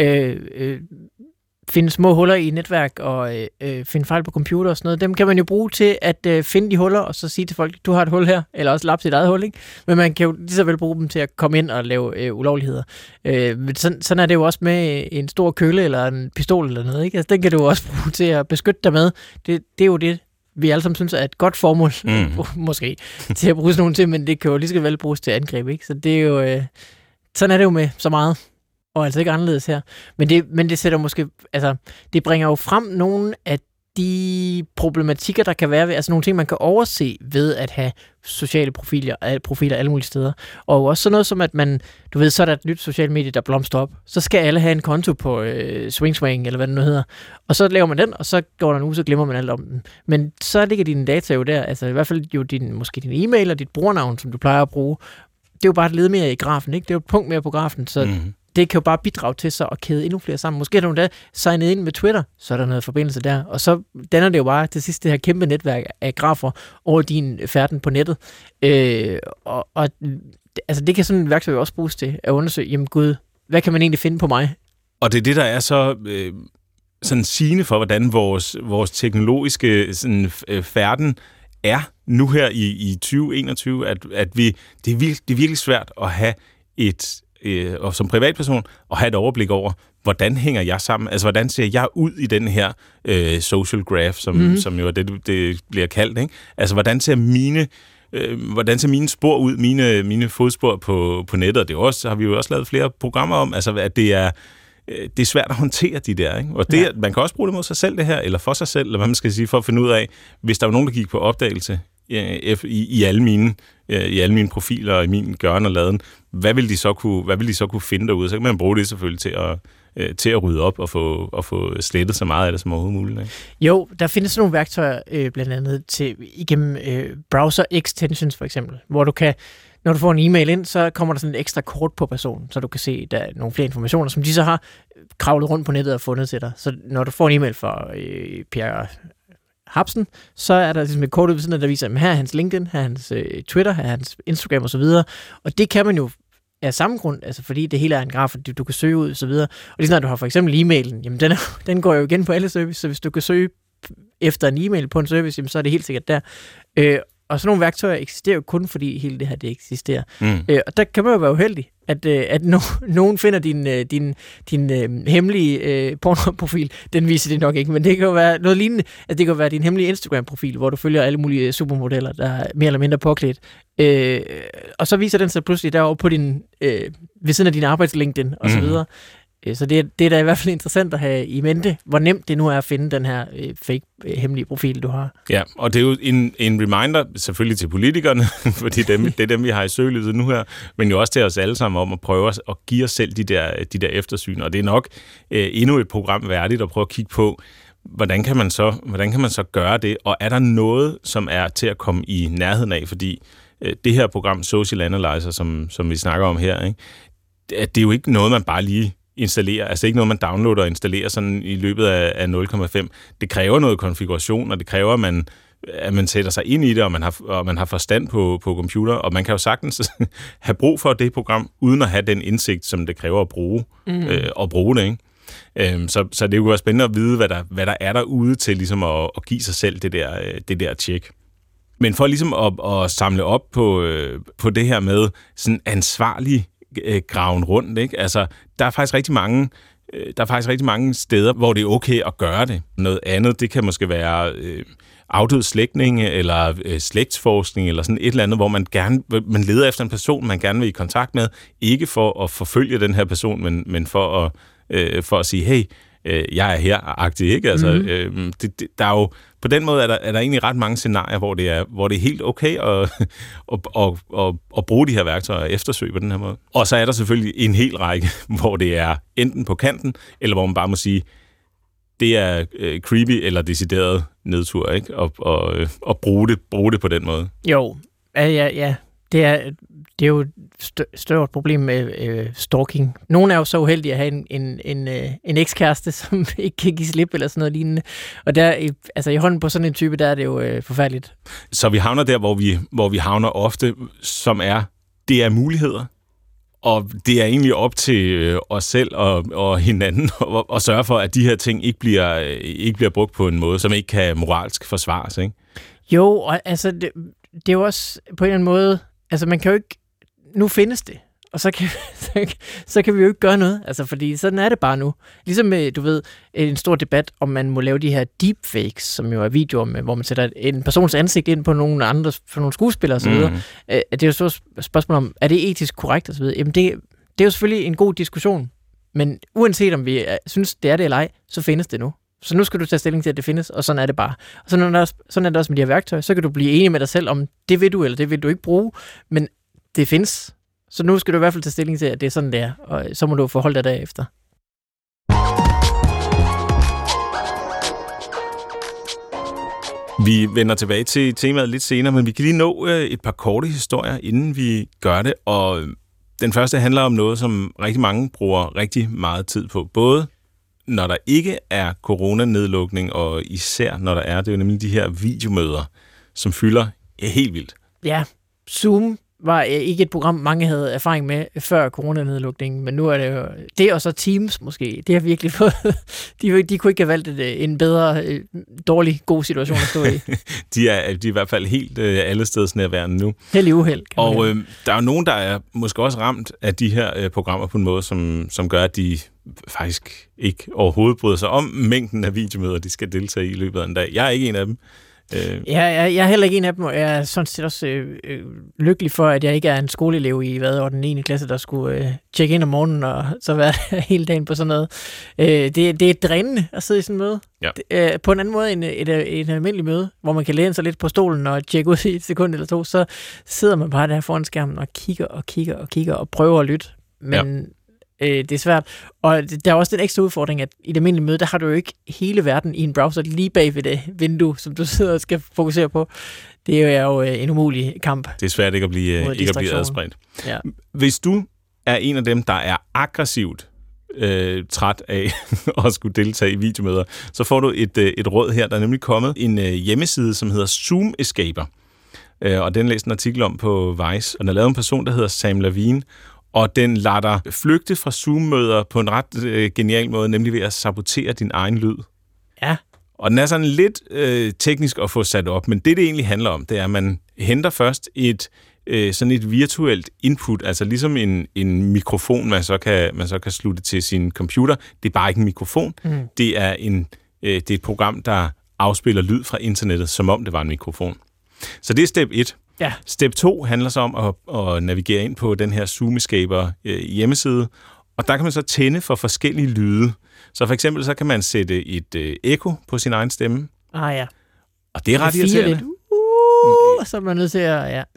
finde små huller i netværk og finde fejl på computer og sådan noget. Dem kan man jo bruge til at finde de huller, og så sige til folk, du har et hul her, eller også lappe sit eget hul, ikke? Men man kan jo lige så vel bruge dem til at komme ind og lave ulovligheder. Sådan er det jo også med en stor kølle eller en pistol eller noget, ikke? Altså, den kan du også bruge til at beskytte dig med. Det er jo det, vi alle sammen synes er et godt formål, måske, til at bruge sådan nogle til, men det kan jo lige så vel bruges til angreb, ikke? Så det er jo, sådan er det jo med så meget, og altså ikke anderledes her. Men det sætter måske, altså, det bringer jo frem nogle af de problematikker, der kan være ved, altså nogle ting, man kan overse ved at have sociale profiler alle mulige steder. Og også sådan noget som, at man, du ved, så er der et nyt socialt medie, der blomster op. Så skal alle have en konto på SwingSwang, eller hvad det nu hedder. Og så laver man den, og så går der en uge, så glemmer man alt om den. Men så ligger dine data jo der, altså i hvert fald jo måske din e-mail og dit brugernavn, som du plejer at bruge. Det er jo bare et led mere i grafen, ikke? Det er jo et punkt mere på grafen, så det kan jo bare bidrage til så at kæde endnu flere sammen. Måske er der nogle, der signet ind med Twitter, så er der noget forbindelse der. Og så danner det jo bare til sidst det her kæmpe netværk af grafer over din færden på nettet. Altså det kan sådan et værktøj også bruges til at undersøge, jamen gud, hvad kan man egentlig finde på mig? Og det er det, der er så sådan sigende for, hvordan vores teknologiske sådan, færden er nu her i 2021, at det er virkelig svært at have og som privatperson, at have et overblik over, hvordan hænger jeg sammen? Altså, hvordan ser jeg ud i den her social graph, som jo er det bliver kaldt, ikke? Altså, hvordan ser mine spor ud, mine fodspor på nettet? Det er også, har vi jo også lavet flere programmer om, altså, at det er svært at håndtere de der, ikke? Og man kan også bruge det mod sig selv, det her, eller for sig selv, eller hvad man skal sige, for at finde ud af, hvis der var nogen, der gik på opdagelse i alle mine profiler og i min gøren og laden, hvad vil de så kunne finde derude? Så kan man bruge det selvfølgelig til at rydde op og få slettet så meget af det som overhovedet muligt, ikke? Jo, der findes nogle værktøjer, blandt andet igennem browser extensions for eksempel, hvor du kan, når du får en e-mail ind, så kommer der sådan et ekstra kort på personen, så du kan se, der er nogle flere informationer, som de så har kravlet rundt på nettet og fundet til dig. Så når du får en e-mail fra Pierre Hapsen, så er der ligesom et kort ud ved siden, der viser, at her er hans LinkedIn, her er hans Twitter, her er hans Instagram osv. Og det kan man jo af samme grund, altså fordi det hele er en graf, du kan søge ud og så videre. Og lige snart du har for eksempel e-mailen, jamen den går jo igen på alle services, så hvis du kan søge efter en e-mail på en service, jamen så er det helt sikkert der. Og sådan nogle værktøjer eksisterer jo kun, fordi hele det her, det eksisterer. Og der kan man jo være uheldig, at nogen finder din hemmelige pornoprofil. Den viser det nok ikke, men det kan jo være noget lignende. At det kan jo være din hemmelige Instagram-profil, hvor du følger alle mulige supermodeller, der er mere eller mindre påklædt. Og så viser den sig pludselig derovre på ved siden af din arbejds-LinkedIn og så videre. Så det er da i hvert fald interessant at have i mente, hvor nemt det nu er at finde den her fake hemmelige profil, du har. Ja, og det er jo en reminder selvfølgelig til politikerne, fordi det er dem, vi har i søgelyset nu her, men jo også til os alle sammen om at prøve at give os selv de der eftersyn. Og det er nok endnu et program værdigt at prøve at kigge på, hvordan kan man så gøre det, og er der noget, som er til at komme i nærheden af, fordi det her program Social Analyzer, som vi snakker om her, ikke, det er jo ikke noget, man bare lige installerer, altså ikke noget, man downloader og installerer sådan i løbet af 0,5. Det kræver noget konfiguration, og det kræver, at man sætter sig ind i det, og man har forstand på computer, og man kan jo sagtens have brug for det program, uden at have den indsigt, som det kræver at bruge det, ikke? Så det kunne være spændende at vide, hvad der er derude til ligesom at give sig selv det der tjek. Men for ligesom at samle op på det her med sådan ansvarlig graven rundt, ikke? Altså, der er faktisk rigtig mange steder, hvor det er okay at gøre det. Noget andet, det kan måske være afdøde slægtninge, eller slægtsforskning, eller sådan et eller andet, hvor man leder efter en person, man gerne vil i kontakt med, ikke for at forfølge den her person, men for at sige, hey, jeg er her-agtig, ikke? Altså, der er jo, på den måde er der egentlig ret mange scenarier, hvor det er helt okay at bruge de her værktøjer og eftersøge på den her måde. Og så er der selvfølgelig en hel række, hvor det er enten på kanten, eller hvor man bare må sige, det er creepy eller decideret nedtur, ikke? Og bruge det på den måde. Jo, ja. Det er jo et større problem med stalking. Nogle er jo så uheldige at have en ekskæreste, som ikke kan give slip eller sådan noget lignende. Og der, altså i hånden på sådan en type, der er det jo forfærdeligt. Så vi havner der, hvor vi havner ofte, som det er muligheder. Og det er egentlig op til os selv og hinanden at sørge for, at de her ting ikke bliver brugt på en måde, som ikke kan moralsk forsvares, ikke? Jo, og altså det er jo også på en eller anden måde, altså man kan jo ikke, nu findes det, og så kan vi jo ikke gøre noget, altså fordi sådan er det bare nu. Ligesom med, du ved, en stor debat, om man må lave de her deepfakes, som jo er videoer, med, hvor man sætter en persons ansigt ind på nogle andre, for nogle skuespillere osv. Det er jo så et spørgsmål om, er det etisk korrekt osv.? Jamen det er jo selvfølgelig en god diskussion, men uanset om vi synes, det er det eller ej, så findes det nu. Så nu skal du tage stilling til, at det findes, og sådan er det bare. Og sådan er det også med de her værktøjer. Så kan du blive enig med dig selv om, det vil du, eller det vil du ikke bruge, men det findes. Så nu skal du i hvert fald tage stilling til, at det er sådan, det er, og så må du forholde dig derefter. Vi vender tilbage til temaet lidt senere, men vi kan lige nå et par korte historier, inden vi gør det. Og den første handler om noget, som rigtig mange bruger rigtig meget tid på. Både når der ikke er coronanedlukning, og især når der er, det er jo nemlig de her videomøder, som fylder helt vildt. Ja, Zoom var ikke et program, mange havde erfaring med før coronanedlukningen, men nu er det jo det, og så Teams måske. Det har virkelig fået. De kunne ikke have valgt en bedre, dårlig, god situation at stå i. de er i hvert fald helt allestedsnærværende nu. Heldig uheld. Og der er jo nogen, der er måske også ramt af de her programmer på en måde, som gør, at de faktisk ikke overhovedet bryder sig om mængden af videomøder, de skal deltage i løbet af en dag. Jeg er ikke en af dem. Jeg er heller ikke en af dem, og jeg er sådan set også lykkelig for, at jeg ikke er en skoleelev i den 9. klasse, der skulle tjekke ind om morgenen og så være der hele dagen på sådan noget. Det er drænende at sidde i sådan en møde. Ja. På en anden måde end et almindeligt møde, hvor man kan læne sig lidt på stolen og tjekke ud i et sekund eller to, så sidder man bare der foran skærmen og kigger og prøver at lytte. Men det er svært. Og der er også den ekstra udfordring, at i det almindelige møde, der har du jo ikke hele verden i en browser lige bag ved det vindue, som du sidder og skal fokusere på. Det er jo en umulig kamp. Det er svært ikke at blive adspredt. Ja. Hvis du er en af dem, der er aggressivt træt af at skulle deltage i videomøder, så får du et råd her. Der er nemlig kommet en hjemmeside, som hedder Zoom Escaper. Og den læste en artikel om på Vice. Og den er lavet en person, der hedder Sam Levine, og den lader dig flygte fra Zoom-møder på en ret genial måde, nemlig ved at sabotere din egen lyd. Ja. Og den er sådan lidt teknisk at få sat op, men det egentlig handler om, det er, at man henter først sådan et virtuelt input, altså ligesom en mikrofon, man så kan slutte til sin computer. Det er bare ikke en mikrofon. Det er et program, der afspiller lyd fra internettet, som om det var en mikrofon. Så det er step 1. Ja. Step 2 handler så om at navigere ind på den her Zoom Escaper hjemmeside, og der kan man så tænde for forskellige lyde. Så for eksempel så kan man sætte et ekko på sin egen stemme. Ja. Og det er ret irriterende. Så er man nødt til at... Ja.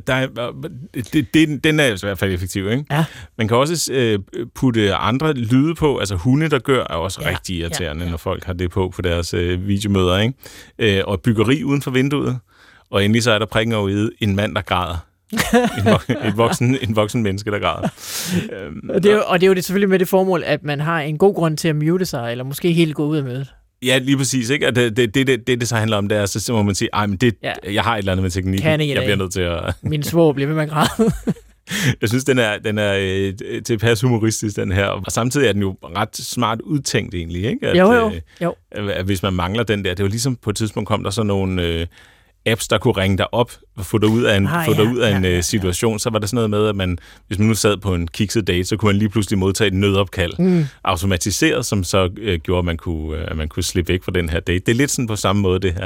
Den er i hvert fald effektiv, ikke? Ja. Man kan også putte andre lyde på, altså hunde, der gør, er også rigtig irriterende, når folk har det på deres videomøder, ikke? Og byggeri uden for vinduet. Og endelig så er der prikken over i en mand, der græder. En voksen menneske, der græder. Og det er jo selvfølgelig med det formål, at man har en god grund til at mute sig, eller måske helt gå ud af mødet. Ja, lige præcis. Ikke? Og det så handler om, det er, så må man sige, jeg har et eller andet med teknik. Jeg bliver nødt til at... Min svoger bliver ved med at græde. Jeg synes, den er tilpas humoristisk, den her. Og samtidig er den jo ret smart udtænkt egentlig, ikke? Jo. At hvis man mangler den der, det var ligesom på et tidspunkt kom der så nogle... apps, der kunne ringe dig op og få dig ud af en situation, så var der sådan noget med, at hvis man nu sad på en kikset date, så kunne man lige pludselig modtage et nødopkald automatiseret, som så gjorde, at man kunne slippe væk fra den her date. Det er lidt sådan på samme måde, det her.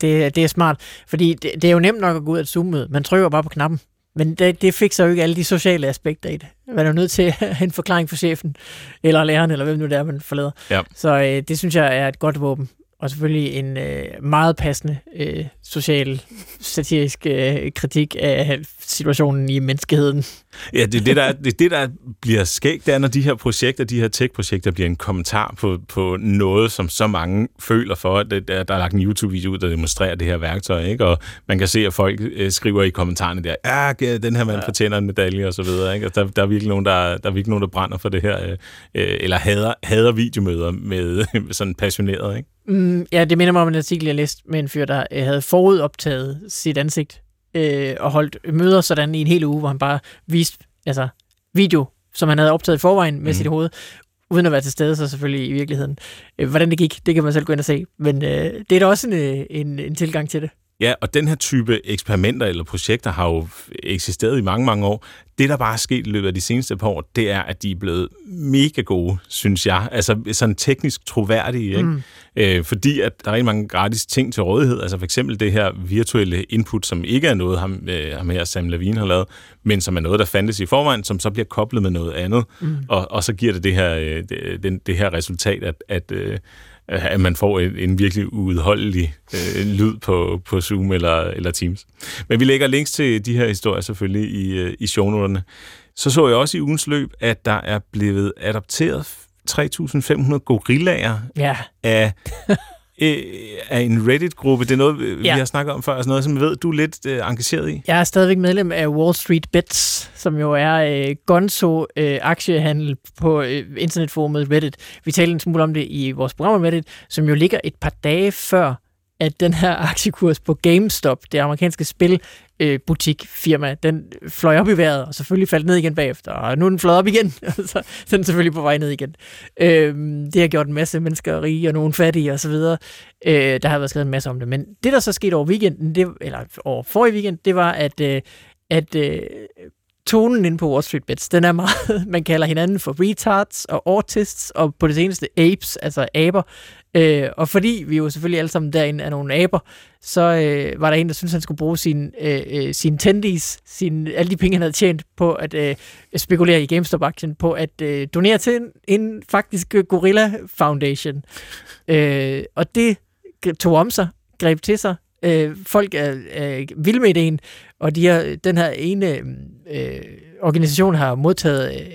Det er smart, fordi det er jo nemt nok at gå ud af et Zoom-møde. Man trykker bare på knappen. Men det fikser jo ikke alle de sociale aspekter i det. Man er jo nødt til at have en forklaring for chefen, eller læreren, eller hvem nu det er, man forlader. Ja. Så det synes jeg er et godt våben. Og selvfølgelig en meget passende social, satirisk kritik af situationen i menneskeheden. Ja, det er det, der bliver skægt, det er, når de her projekter, de her tech-projekter, bliver en kommentar på noget, som så mange føler for. Der er lagt en YouTube-video ud, der demonstrerer det her værktøj, ikke? Og man kan se, at folk skriver i kommentarerne der, den her mand fortjener en medalje, og så videre, ikke? Altså, der er virkelig nogen, der brænder for det her, eller hader videomøder med sådan passioneret, ikke? Ja, det minder mig om en artikel, jeg læste med en fyr, der havde forudoptaget sit ansigt og holdt møder sådan i en hel uge, hvor han bare viste video, som han havde optaget i forvejen med sit hoved, uden at være til stede, så selvfølgelig i virkeligheden. Hvordan det gik, det kan man selv gå ind og se, men det er da også en tilgang til det. Ja, og den her type eksperimenter eller projekter har jo eksisteret i mange, mange år. Det, der bare er sket i løbet af de seneste par år, det er, at de er blevet mega gode, synes jeg. Altså sådan teknisk troværdige, ikke? Fordi at der er rigtig mange gratis ting til rådighed. Altså for eksempel det her virtuelle input, som ikke er noget, ham her Sam Levine har lavet, men som er noget, der fandtes i forvejen, som så bliver koblet med noget andet. Og så giver det her resultat, at man får en virkelig uudholdelig lyd på Zoom eller Teams. Men vi lægger links til de her historier selvfølgelig i shownoterne. Så jeg også i ugens løb, at der er blevet adopteret 3.500 gorillaer af en Reddit-gruppe. Det er noget, vi har snakket om før, altså noget, som ved, du er lidt engageret i. Jeg er stadigvæk medlem af Wall Street Bets, som jo er Gonzo-aktiehandel på internetforumet Reddit. Vi talte en smule om det i vores program om Reddit, som jo ligger et par dage før, at den her aktiekurs på GameStop, det amerikanske spilbutikfirma, den fløj op i vejret, og selvfølgelig faldt ned igen bagefter, og nu er den fløjet op igen, så den er selvfølgelig på vej ned igen. Det har gjort en masse mennesker rige, og nogle fattige, og så videre. Der har været skrevet en masse om det, men det, der så skete over weekenden, eller over forrige weekend, det var, at tonen inde på Wall Street Bets, den er meget, man kalder hinanden for retards og autists, og på det seneste apes, altså aber. Og fordi vi jo selvfølgelig alle sammen derinde er nogle aber, så var der en, der syntes, han skulle bruge sine tendies, alle de penge, han havde tjent på at spekulere i GameStop-aktien, på at donere til en faktisk Gorilla Foundation. Og det tog om sig, greb til sig. Folk er vilde med ideen, og den her ene organisation har modtaget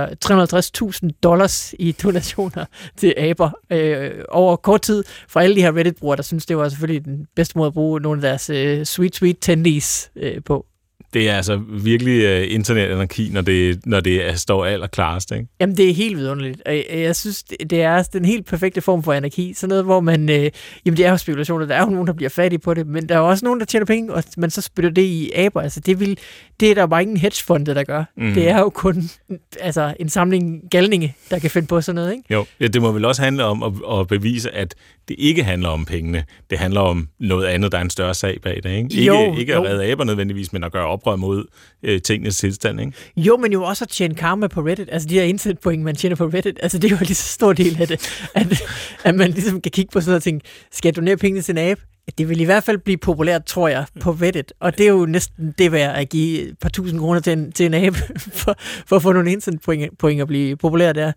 $350,000 i donationer til aber over kort tid fra alle de her Reddit-brugere, der synes, det var selvfølgelig den bedste måde at bruge nogle af deres sweet tendies på. Det er altså virkelig internetanarki, når det står allerklarest, ikke? Jamen, det er helt vidunderligt. Jeg synes, det er den helt perfekte form for anarki. Sådan noget, hvor man... jamen, det er jo spekulationer. Der er jo nogen, der bliver fattige på det, men der er også nogen, der tjener penge, og man så spytter det i aber. Altså, det er der bare ingen hedgefonde, der gør. Det er jo kun en samling galninge, der kan finde på sådan noget, ikke? Jo, ja, det må vel også handle om at bevise, at det ikke handler om pengene. Det handler om noget andet, der er en større sag bag det, ikke? Ikke at redde aber nødvendigvis, men at gøre oprør mod tingenes tilstand, ikke? Jo, men jo også at tjene karma på Reddit. Altså de her internetpoint, man tjener på Reddit. Altså det er jo lige så stor del af det, at man ligesom kan kigge på sådan noget og tænke, skal jeg donere penge til en app? Det vil i hvert fald blive populært, tror jeg, på Reddit. Og det er jo næsten det værd at give et par tusind kroner til en app, for at få nogle internetpoint at blive populær der.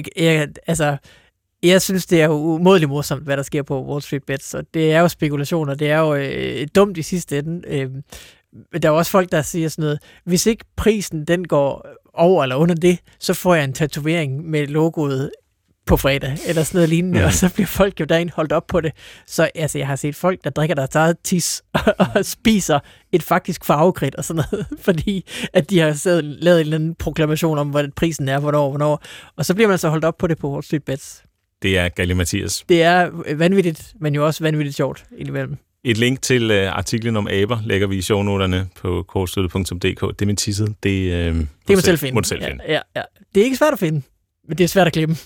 Jeg synes, det er jo umådeligt morsomt, hvad der sker på Wall Street Bets, og det er jo spekulationer, det er jo dumt i sidste ende. Der er også folk, der siger sådan noget, hvis ikke prisen den går over eller under det, så får jeg en tatovering med logoet på fredag, eller sådan noget lignende, og så bliver folk jo derinde holdt op på det. Så jeg har set folk, der drikker deres eget tis, og spiser et faktisk farvekridt og sådan noget, fordi at de har lavet en eller anden proklamation om, hvad prisen er, hvornår, og så bliver man så holdt op på det på Wall Street Bets. Det er Galli Mathias. Det er vanvittigt, men jo også vanvittigt sjovt indimellem. Et link til artiklen om aber lægger vi i shownoterne på kortstøtte.dk. Det er min tisse. Det må du selv finde. Ja. Det er ikke svært at finde, men det er svært at klemme.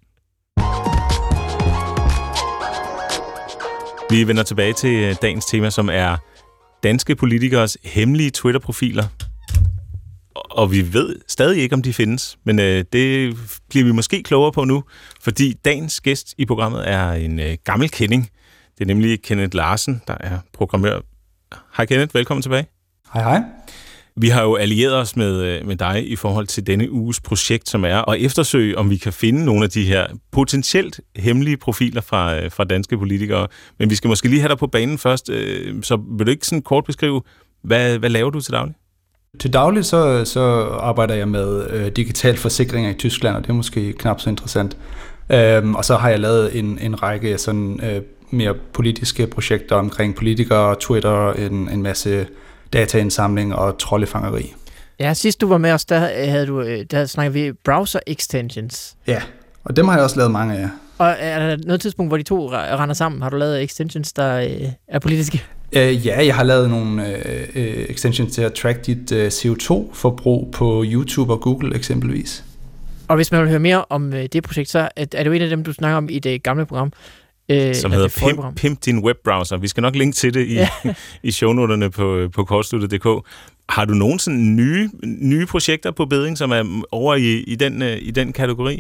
Vi vender tilbage til dagens tema, som er danske politikers hemmelige Twitter-profiler. Og vi ved stadig ikke, om de findes, men det bliver vi måske klogere på nu, fordi dagens gæst i programmet er en gammel kending. Det er nemlig Kenneth Larsen, der er programmør. Hej Kenneth, velkommen tilbage. Hej hej. Vi har jo allieret os med dig i forhold til denne uges projekt, som er at eftersøge, om vi kan finde nogle af de her potentielt hemmelige profiler fra danske politikere. Men vi skal måske lige have dig på banen først. Så vil du ikke sådan kort beskrive, hvad laver du til daglig? Til daglig så arbejder jeg med digital forsikringer i Tyskland, og det er måske knap så interessant. Og så har jeg lavet en række sådan mere politiske projekter omkring politikere, Twitter, en masse dataindsamling og troldefangeri. Ja, sidst du var med os, der snakkede vi browser extensions. Ja, og dem har jeg også lavet mange af. Og er der noget tidspunkt, hvor de to render sammen? Har du lavet extensions, der er politiske? Ja, jeg har lavet nogle extensions til at track dit CO2-forbrug på YouTube og Google eksempelvis. Og hvis man vil høre mere om det projekt, så er det jo et af dem, du snakker om i det gamle program. Som hedder Pimp din webbrowser. Vi skal nok linke til det i shownoterne på kortsluttet.dk. Har du nogen sådan nye projekter på bedding, som er over i den kategori?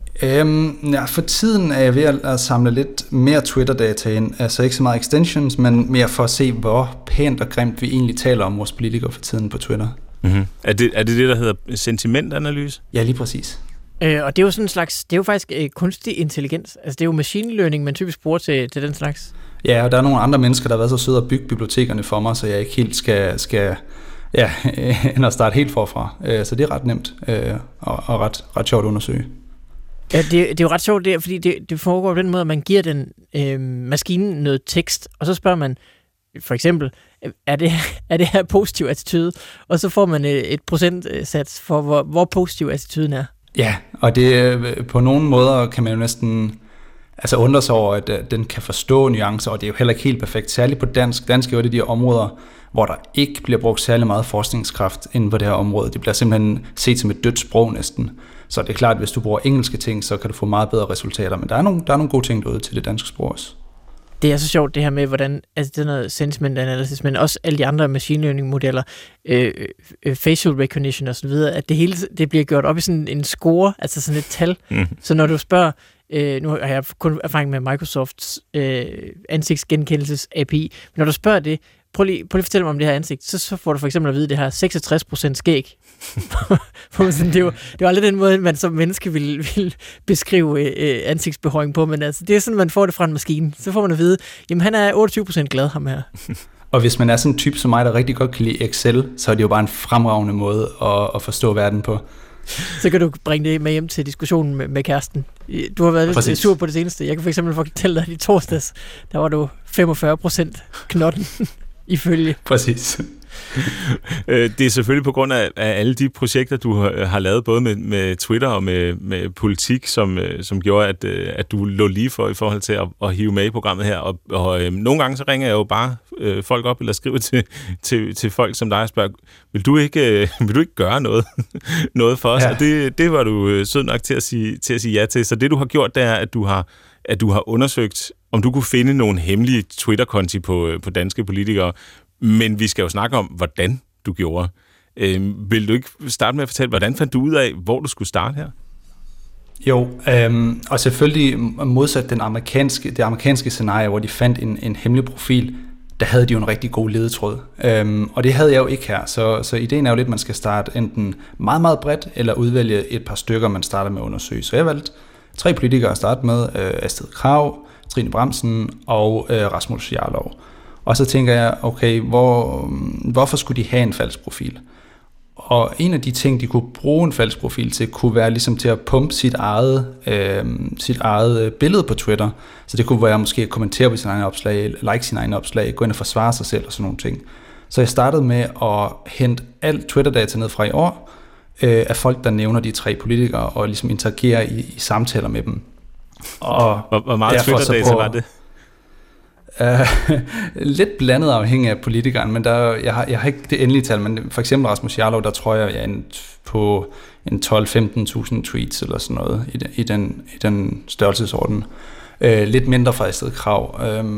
Ja, for tiden er jeg ved at samle lidt mere Twitter-data ind. Altså ikke så meget extensions, men mere for at se, hvor pænt og grimt vi egentlig taler om vores politikere for tiden på Twitter. Mm-hmm. Er det, der hedder sentimentanalyse? Ja, lige præcis. Og det er jo sådan en slags, det er jo faktisk kunstig intelligens. Altså det er jo machine learning, man typisk bruger til den slags. Ja, og der er nogle andre mennesker, der har været så søde at bygge bibliotekerne for mig, så jeg ikke helt skal end at starte helt forfra. Så det er ret nemt og ret sjovt at undersøge. Ja, det er jo ret sjovt, fordi det foregår på den måde, at man giver den maskinen noget tekst, og så spørger man for eksempel, er det her positiv attitude? Og så får man et procentsats for, hvor positiv attituden er. Ja, og det på nogle måder kan man jo næsten undre sig over, at den kan forstå nuancer, og det er jo heller ikke helt perfekt. Særligt på dansk. Dansk er jo de områder, hvor der ikke bliver brugt særlig meget forskningskraft inden på det her område. Det bliver simpelthen set som et dødt sprog næsten. Så det er klart, at hvis du bruger engelske ting, så kan du få meget bedre resultater. Men der er nogle gode ting derude til det danske sprog også. Det er så sjovt det her med, hvordan det er noget sentiment analysis, men også alle de andre machine learning modeller, facial recognition og så videre, at det hele det bliver gjort op i sådan en score, altså sådan et tal. Så når du spørger, nu har jeg kun erfaring med Microsofts ansigtsgenkendelses API, men når du spørger det, prøv lige at fortælle mig om det her ansigt, så får du for eksempel at vide, at det har 66% skæg. Det er jo aldrig den måde, man som menneske vil beskrive ansigtsbehøring på, men altså, det er sådan, man får det fra en maskine. Så får man at vide, jamen han er 28% glad, ham her. Og hvis man er sådan en type som mig, der rigtig godt kan lide Excel, så er det jo bare en fremragende måde at forstå verden på. Så kan du bringe det med hjem til diskussionen med kæresten. Du har været lidt sur på det seneste. Jeg kan for eksempel fortælle dig, at i torsdags, der var du 45% knotten ifølge. Præcis. Det er selvfølgelig på grund af alle de projekter, du har lavet, både med Twitter og med politik, som gjorde, at du lå lige for i forhold til at hive med i programmet her. Og nogle gange så ringer jeg jo bare folk op eller skriver til folk som dig og spørger, vil du ikke gøre noget for os? Ja. Og det var du sød nok til at sige ja til. Så det, du har gjort, det er, at du har undersøgt, om du kunne finde nogle hemmelige Twitter-konti på danske politikere. Men vi skal jo snakke om, hvordan du gjorde. Vil du ikke starte med at fortælle, hvordan fandt du ud af, hvor du skulle starte her? Jo, og selvfølgelig modsat det amerikanske scenarie, hvor de fandt en hemmelig profil, der havde de jo en rigtig god ledetråd. Og det havde jeg jo ikke her, så ideen er jo lidt, at man skal starte enten meget, meget bredt, eller udvælge et par stykker, man starter med at undersøge. Så jeg valgte 3 politikere at starte med, Astrid Krag, Trine Bramsen og Rasmus Jarlov. Og så tænker jeg, okay, hvorfor skulle de have en falsk profil? Og en af de ting, de kunne bruge en falsk profil til, kunne være ligesom til at pumpe sit eget billede på Twitter. Så det kunne være måske at kommentere på sine egne opslag, like sine egne opslag, gå ind og forsvare sig selv og sådan nogle ting. Så jeg startede med at hente alt Twitter-data ned fra i år, af folk, der nævner de 3 politikere, og ligesom interagerer i samtaler med dem. Og hvor meget Twitter-data var det? Lidt blandet afhængig af politikeren, men jeg har ikke det endelige tal, men for eksempel Rasmus Jarlov, der tror jeg på en 12-15.000 tweets eller sådan noget i den størrelsesorden. Lidt mindre fra Astrid Krag.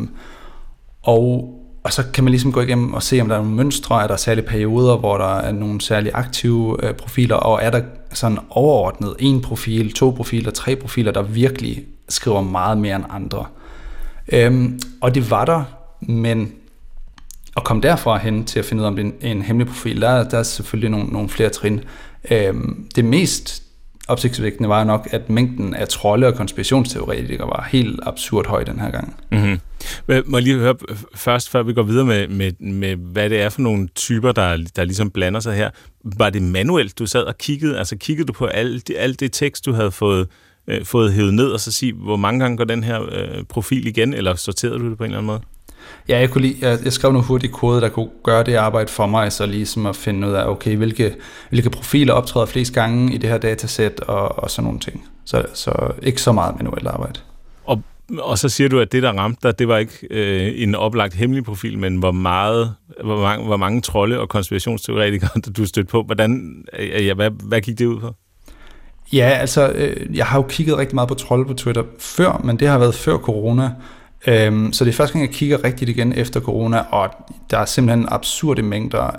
Og så kan man ligesom gå igennem og se, om der er nogle mønstre, er der særlige perioder, hvor der er nogle særligt aktive profiler, og er der sådan overordnet 1 profil, 2 profiler, 3 profiler, der virkelig skriver meget mere end andre. Og det var der, men at komme derfra hen til at finde ud af, om det er en hemmelig profil, der er selvfølgelig nogle flere trin. Det mest opsigtsvækkende var nok, at mængden af trolde og konspirationsteoretikere var helt absurd høj den her gang. Mm-hmm. Må jeg lige høre først, før vi går videre med hvad det er for nogle typer, der ligesom blander sig her. Var det manuelt, du sad og kiggede? Altså kiggede du på alt det tekst, du havde fået hævet ned, og så sige, hvor mange gange går den her profil igen, eller sorterede du det på en eller anden måde? Ja, jeg skrev nogle hurtige kode, der kunne gøre det arbejde for mig, så ligesom at finde ud af, okay, hvilke profiler optræder flest gange i det her datasæt, og sådan nogle ting. Så ikke så meget manuelt arbejde. Og så siger du, at det, der ramte dig, det var ikke en oplagt hemmelig profil, men hvor mange trolde og konspirationsteoretikere, du stødte på. Hvad gik det ud på? Ja, altså, jeg har jo kigget rigtig meget på trolde på Twitter før, men det har været før corona. Så det er første gang, jeg kigger rigtigt igen efter corona, og der er simpelthen absurde mængder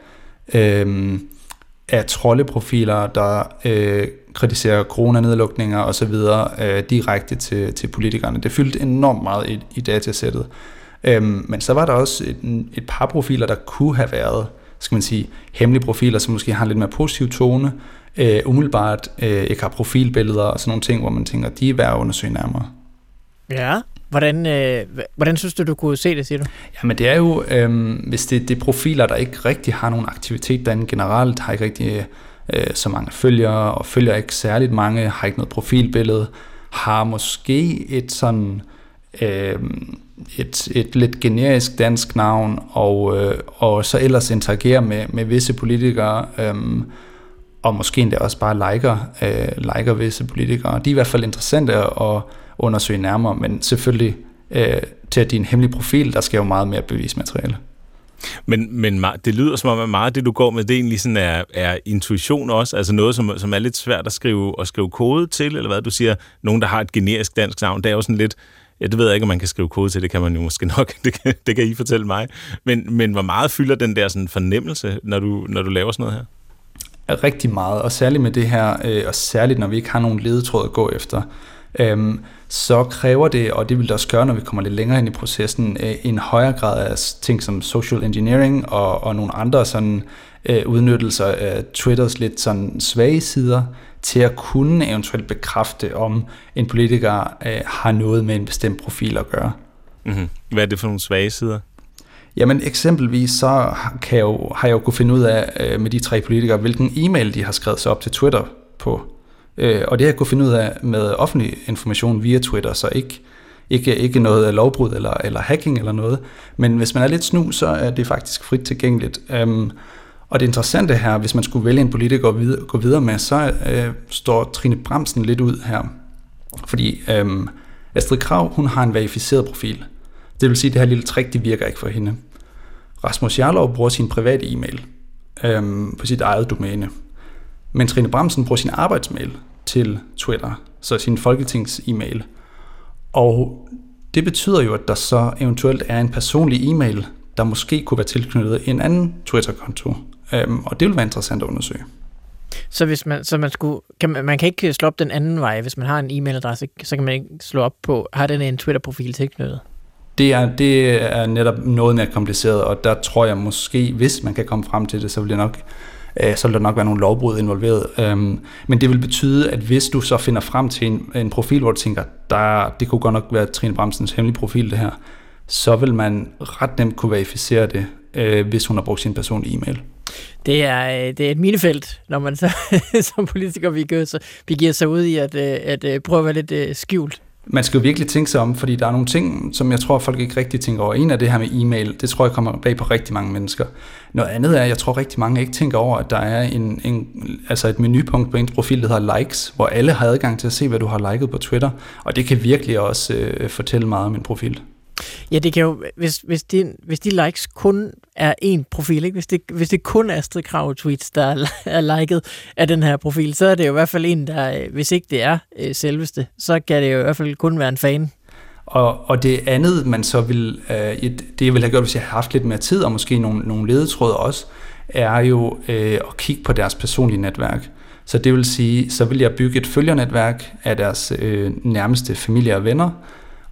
af troldeprofiler, der kritiserer coronanedlukninger og så videre direkte til politikerne. Det fyldte enormt meget i datasættet. Men så var der også et par profiler, der kunne have været, skal man sige, hemmelige profiler, som måske har en lidt mere positiv tone, umiddelbart ikke har profilbilleder og sådan nogle ting, hvor man tænker, de er værd at undersøge nærmere. Ja. Hvordan synes du kunne se det, siger du? Jamen det er jo, hvis det er profiler, der ikke rigtig har nogen aktivitet derinde generelt, har ikke rigtig så mange følgere, og følger ikke særligt mange, har ikke noget profilbillede, har måske et sådan et lidt generisk dansk navn, og så ellers interagerer med visse politikere, og måske endda også bare liker visse politikere. De er i hvert fald interessante at undersøge nærmere, men selvfølgelig til at din hemmelige profil, der skal jo meget mere bevismateriale. Men det lyder som om, at meget af det, du går med, det egentlig sådan er intuition også, altså noget, som er lidt svært at skrive kode til, eller hvad du siger, nogen, der har et generisk dansk navn, det er jo sådan lidt, ja, det ved jeg ikke, om man kan skrive kode til, det kan man jo måske nok, det kan I fortælle mig, men hvor meget fylder den der sådan fornemmelse, når du laver sådan noget her? Rigtig meget, og særligt med det her, og særligt når vi ikke har nogen ledetråd at gå efter, så kræver det, og det vil det også gøre, når vi kommer lidt længere ind i processen, en højere grad af ting som social engineering og nogle andre sådan udnyttelser af Twitters lidt sådan svage sider til at kunne eventuelt bekræfte, om en politiker har noget med en bestemt profil at gøre. Mm-hmm. Hvad er det for nogle svage sider? Jamen eksempelvis så har jeg jo kunne finde ud af med de 3 politikere, hvilken e-mail de har skrevet sig op til Twitter på. Og det har jeg kunne finde ud af med offentlig information via Twitter, så ikke noget lovbrud eller hacking eller noget. Men hvis man er lidt snu, så er det faktisk frit tilgængeligt. Og det interessante her, hvis man skulle vælge en politiker at gå videre med, så står Trine Bramsen lidt ud her. Fordi Astrid Krag, hun har en verificeret profil. Det vil sige, at det her lille trick, det virker ikke for hende. Rasmus Jarlov bruger sin private e-mail på sit eget domæne. Men Trine Bramsen bruger sin arbejdsmail til Twitter, så sin folketings-e-mail. Og det betyder jo, at der så eventuelt er en personlig e-mail, der måske kunne være tilknyttet en anden Twitter-konto. Og det vil være interessant at undersøge. Så man kan ikke slå op den anden vej, hvis man har en e-mailadresse, så kan man ikke slå op på, har den en Twitter-profil tilknyttet? Det er netop noget mere kompliceret, og der tror jeg måske, hvis man kan komme frem til det, så vil der nok være nogle lovbrud involveret. Men det vil betyde, at hvis du så finder frem til en profil, hvor du tænker, det kunne godt nok være Trine Bramsens hemmelige profil det her, så vil man ret nemt kunne verificere det, hvis hun har brugt sin personlige e-mail. Det er et minefelt, når man så som politiker begiver sig ud i at prøve at være lidt skjult. Man skal jo virkelig tænke sig om, fordi der er nogle ting, som jeg tror, folk ikke rigtig tænker over. En af det her med e-mail, det tror jeg kommer bag på rigtig mange mennesker. Noget andet er, jeg tror rigtig mange ikke tænker over, at der er et menupunkt på ens profil, der hedder likes, hvor alle har adgang til at se, hvad du har liket på Twitter. Og det kan virkelig også fortælle meget om en profil. Ja, det kan jo, hvis de likes kun er én profil, ikke? Hvis det kun er Astrid Krag tweets, der er liket af den her profil, så er det jo i hvert fald en, der, hvis ikke det er selveste, så kan det jo i hvert fald kun være en fan. Og det andet, man så vil, det jeg ville have gjort, hvis jeg havde haft lidt mere tid, og måske nogle ledetråde også, er jo at kigge på deres personlige netværk. Så det vil sige, så vil jeg bygge et følgernetværk af deres nærmeste familie og venner,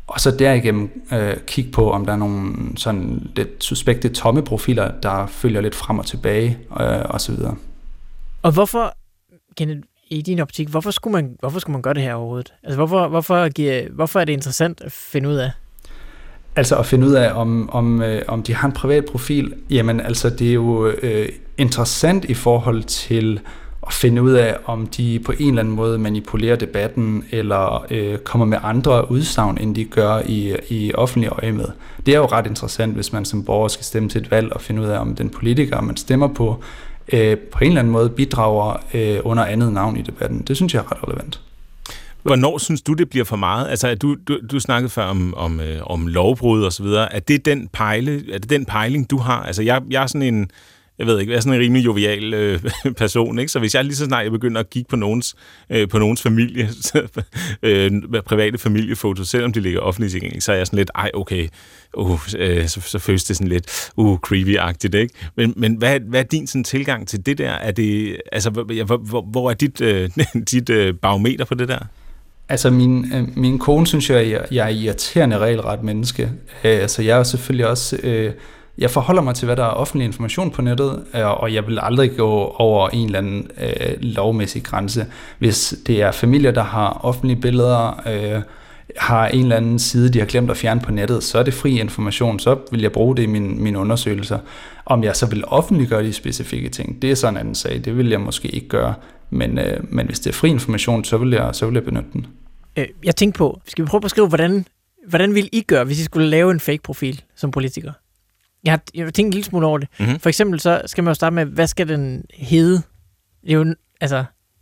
Og så derigennem kigge på, om der er nogle sådan lidt suspekte tomme profiler, der følger lidt frem og tilbage, og så videre. Og hvorfor, Kenneth, i din optik, hvorfor skulle man gøre det her overhovedet? Altså, hvorfor er det interessant at finde ud af? Altså at finde ud af, om de har en privat profil, jamen altså det er jo interessant i forhold til at finde ud af, om de på en eller anden måde manipulerer debatten, eller kommer med andre udsagn, end de gør i offentlig øje med. Det er jo ret interessant, hvis man som borger skal stemme til et valg, og finde ud af, om den politiker, man stemmer på en eller anden måde bidrager under andet navn i debatten. Det synes jeg er ret relevant. Hvornår synes du, det bliver for meget? Altså, du snakkede før om lovbrud og så videre. Er det den pejling, du har? Altså, jeg er sådan en, jeg ved ikke, jeg er sådan en rimelig jovial person, ikke? Så hvis jeg lige så snart jeg begynder at kigge på nogens familie, private familiefoto, selvom de ligger offentligt tilgængeligt, så er jeg sådan lidt, okay, så føles det sådan lidt creepy-agtigt, ikke? Men hvad er din sådan tilgang til det der? Er det, altså, hvor er dit barometer på det der? Altså min kone synes jeg er irriterende regelret menneske. Altså jeg er selvfølgelig også, jeg forholder mig til, hvad der er offentlig information på nettet, og jeg vil aldrig gå over en eller anden lovmæssig grænse. Hvis det er familier, der har offentlige billeder, har en eller anden side, de har glemt at fjerne på nettet, så er det fri information, så vil jeg bruge det i mine undersøgelser. Om jeg så vil offentliggøre de specifikke ting, det er sådan en anden sag, det vil jeg måske ikke gøre. Men hvis det er fri information, så vil jeg benytte den. Jeg tænkte på, skal vi prøve at beskrive, hvordan ville I gøre, hvis I skulle lave en fake-profil som politiker? Jeg har tænkt en lille smule over det. Mm-hmm. For eksempel så skal man jo starte med, hvad skal den hedde? Det er jo, altså,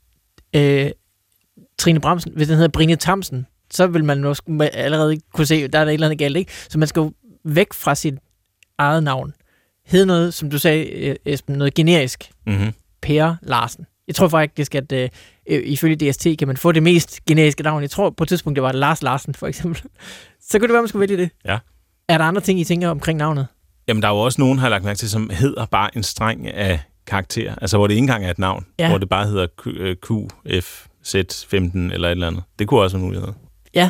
Trine Bramsen, hvis den hedder Brine Thamsen, så vil man også allerede kunne se, der er et eller andet galt, ikke? Så man skal jo væk fra sit eget navn. Hedde noget, som du sagde, Esben, noget generisk. Mm-hmm. Per Larsen. Jeg tror faktisk, at ifølge DST kan man få det mest generiske navn. Jeg tror på et tidspunkt, det var Lars Larsen, for eksempel. Så kunne det være, man skulle vælge det. Ja. Er der andre ting, I tænker omkring navnet? Jamen, der er jo også nogen, har lagt mærke til, som hedder bare en streng af karakterer. Altså, hvor det ikke engang er et navn. Ja. Hvor det bare hedder QFZ15 eller et eller andet. Det kunne også være mulighed. Ja.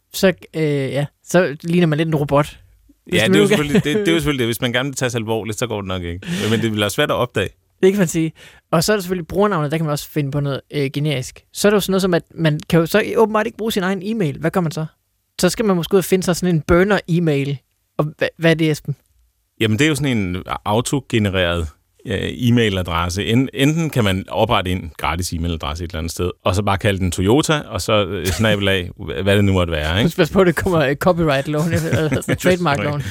Så ligner man lidt en robot. Ja, det er jo selvfølgelig det. Hvis man gerne vil tage sig alvorligt, så går det nok ikke. Men det vil være svært at opdage. Det kan man sige. Og så er der selvfølgelig brugernavnet, der kan man også finde på noget generisk. Så er det jo sådan noget som, at man kan jo så åbenbart ikke bruge sin egen e-mail. Hvad gør man så? Så skal man måske ud og finde sig sådan en burner-e-mail. Og hvad er det, Esben? Jamen, det er jo sådan en autogenereret e-mailadresse. Enten kan man oprette en gratis e-mailadresse et eller andet sted, og så bare kalde den Toyota, og så snabelag, hvad det nu måtte være. Ikke? Pas på, det kommer copyright-loven, altså trademark-loven.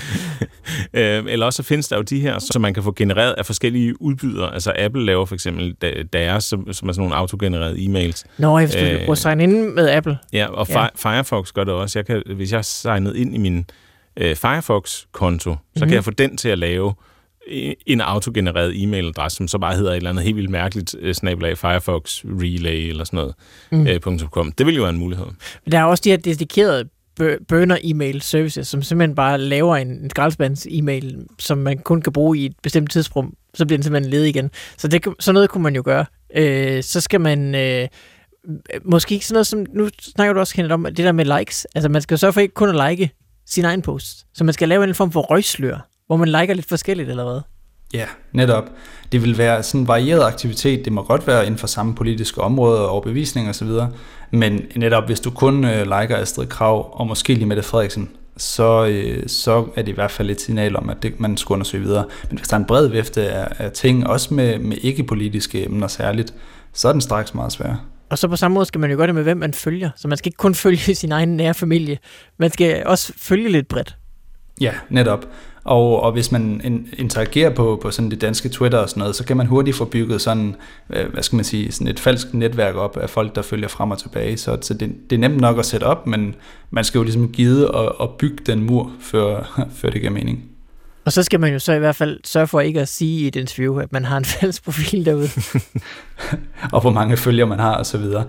Eller også så findes der jo de her, som man kan få genereret af forskellige udbydere. Altså Apple laver for eksempel deres, som er sådan nogle autogenererede e-mails. Nå, hvis du vil bruge sign in med Apple. Ja, og Firefox gør det også. Hvis jeg signet ind i min Firefox-konto, så kan jeg få den til at lave en autogenereret e-mailadresse, som så bare hedder et eller andet helt vildt mærkeligt snabelag Firefox Relay eller sådan noget. .com. Det vil jo være en mulighed. Men der er også de her dedikerede burner e-mail services, som simpelthen bare laver en skraldespands e-mail, som man kun kan bruge i et bestemt tidsrum, så bliver den simpelthen ledig igen. Så sådan noget kunne man jo gøre. Så skal man måske ikke sådan noget som, nu snakker du også, Kenneth, om det der med likes. Altså man skal jo sørge for ikke kun at like sin egen post. Så man skal lave en form for røgslør, hvor man liker lidt forskelligt, eller hvad? Ja, netop. Det vil være sådan en varieret aktivitet. Det må godt være inden for samme politiske områder og overbevisning og så videre. Men netop, hvis du kun liker Astrid Krag og måske lige Mette Frederiksen, så er det i hvert fald et signal om, at man skal undersøge videre. Men hvis der er en bred vifte af ting, også med ikke-politiske emner særligt, så er den straks meget sværere. Og så på samme måde skal man jo gøre det med, hvem man følger. Så man skal ikke kun følge sin egen nære familie. Man skal også følge lidt bredt. Ja, netop. Og hvis man interagerer på sådan det danske Twitter og sådan noget, så kan man hurtigt få bygget sådan, hvad skal man sige, sådan et falsk netværk op af folk, der følger frem og tilbage. Så det er nemt nok at sætte op, men man skal jo ligesom gide at bygge den mur, før det giver mening. Og så skal man jo så i hvert fald sørge for ikke at sige i et interview, at man har en falsk profil derude. Og hvor mange følger man har og så videre.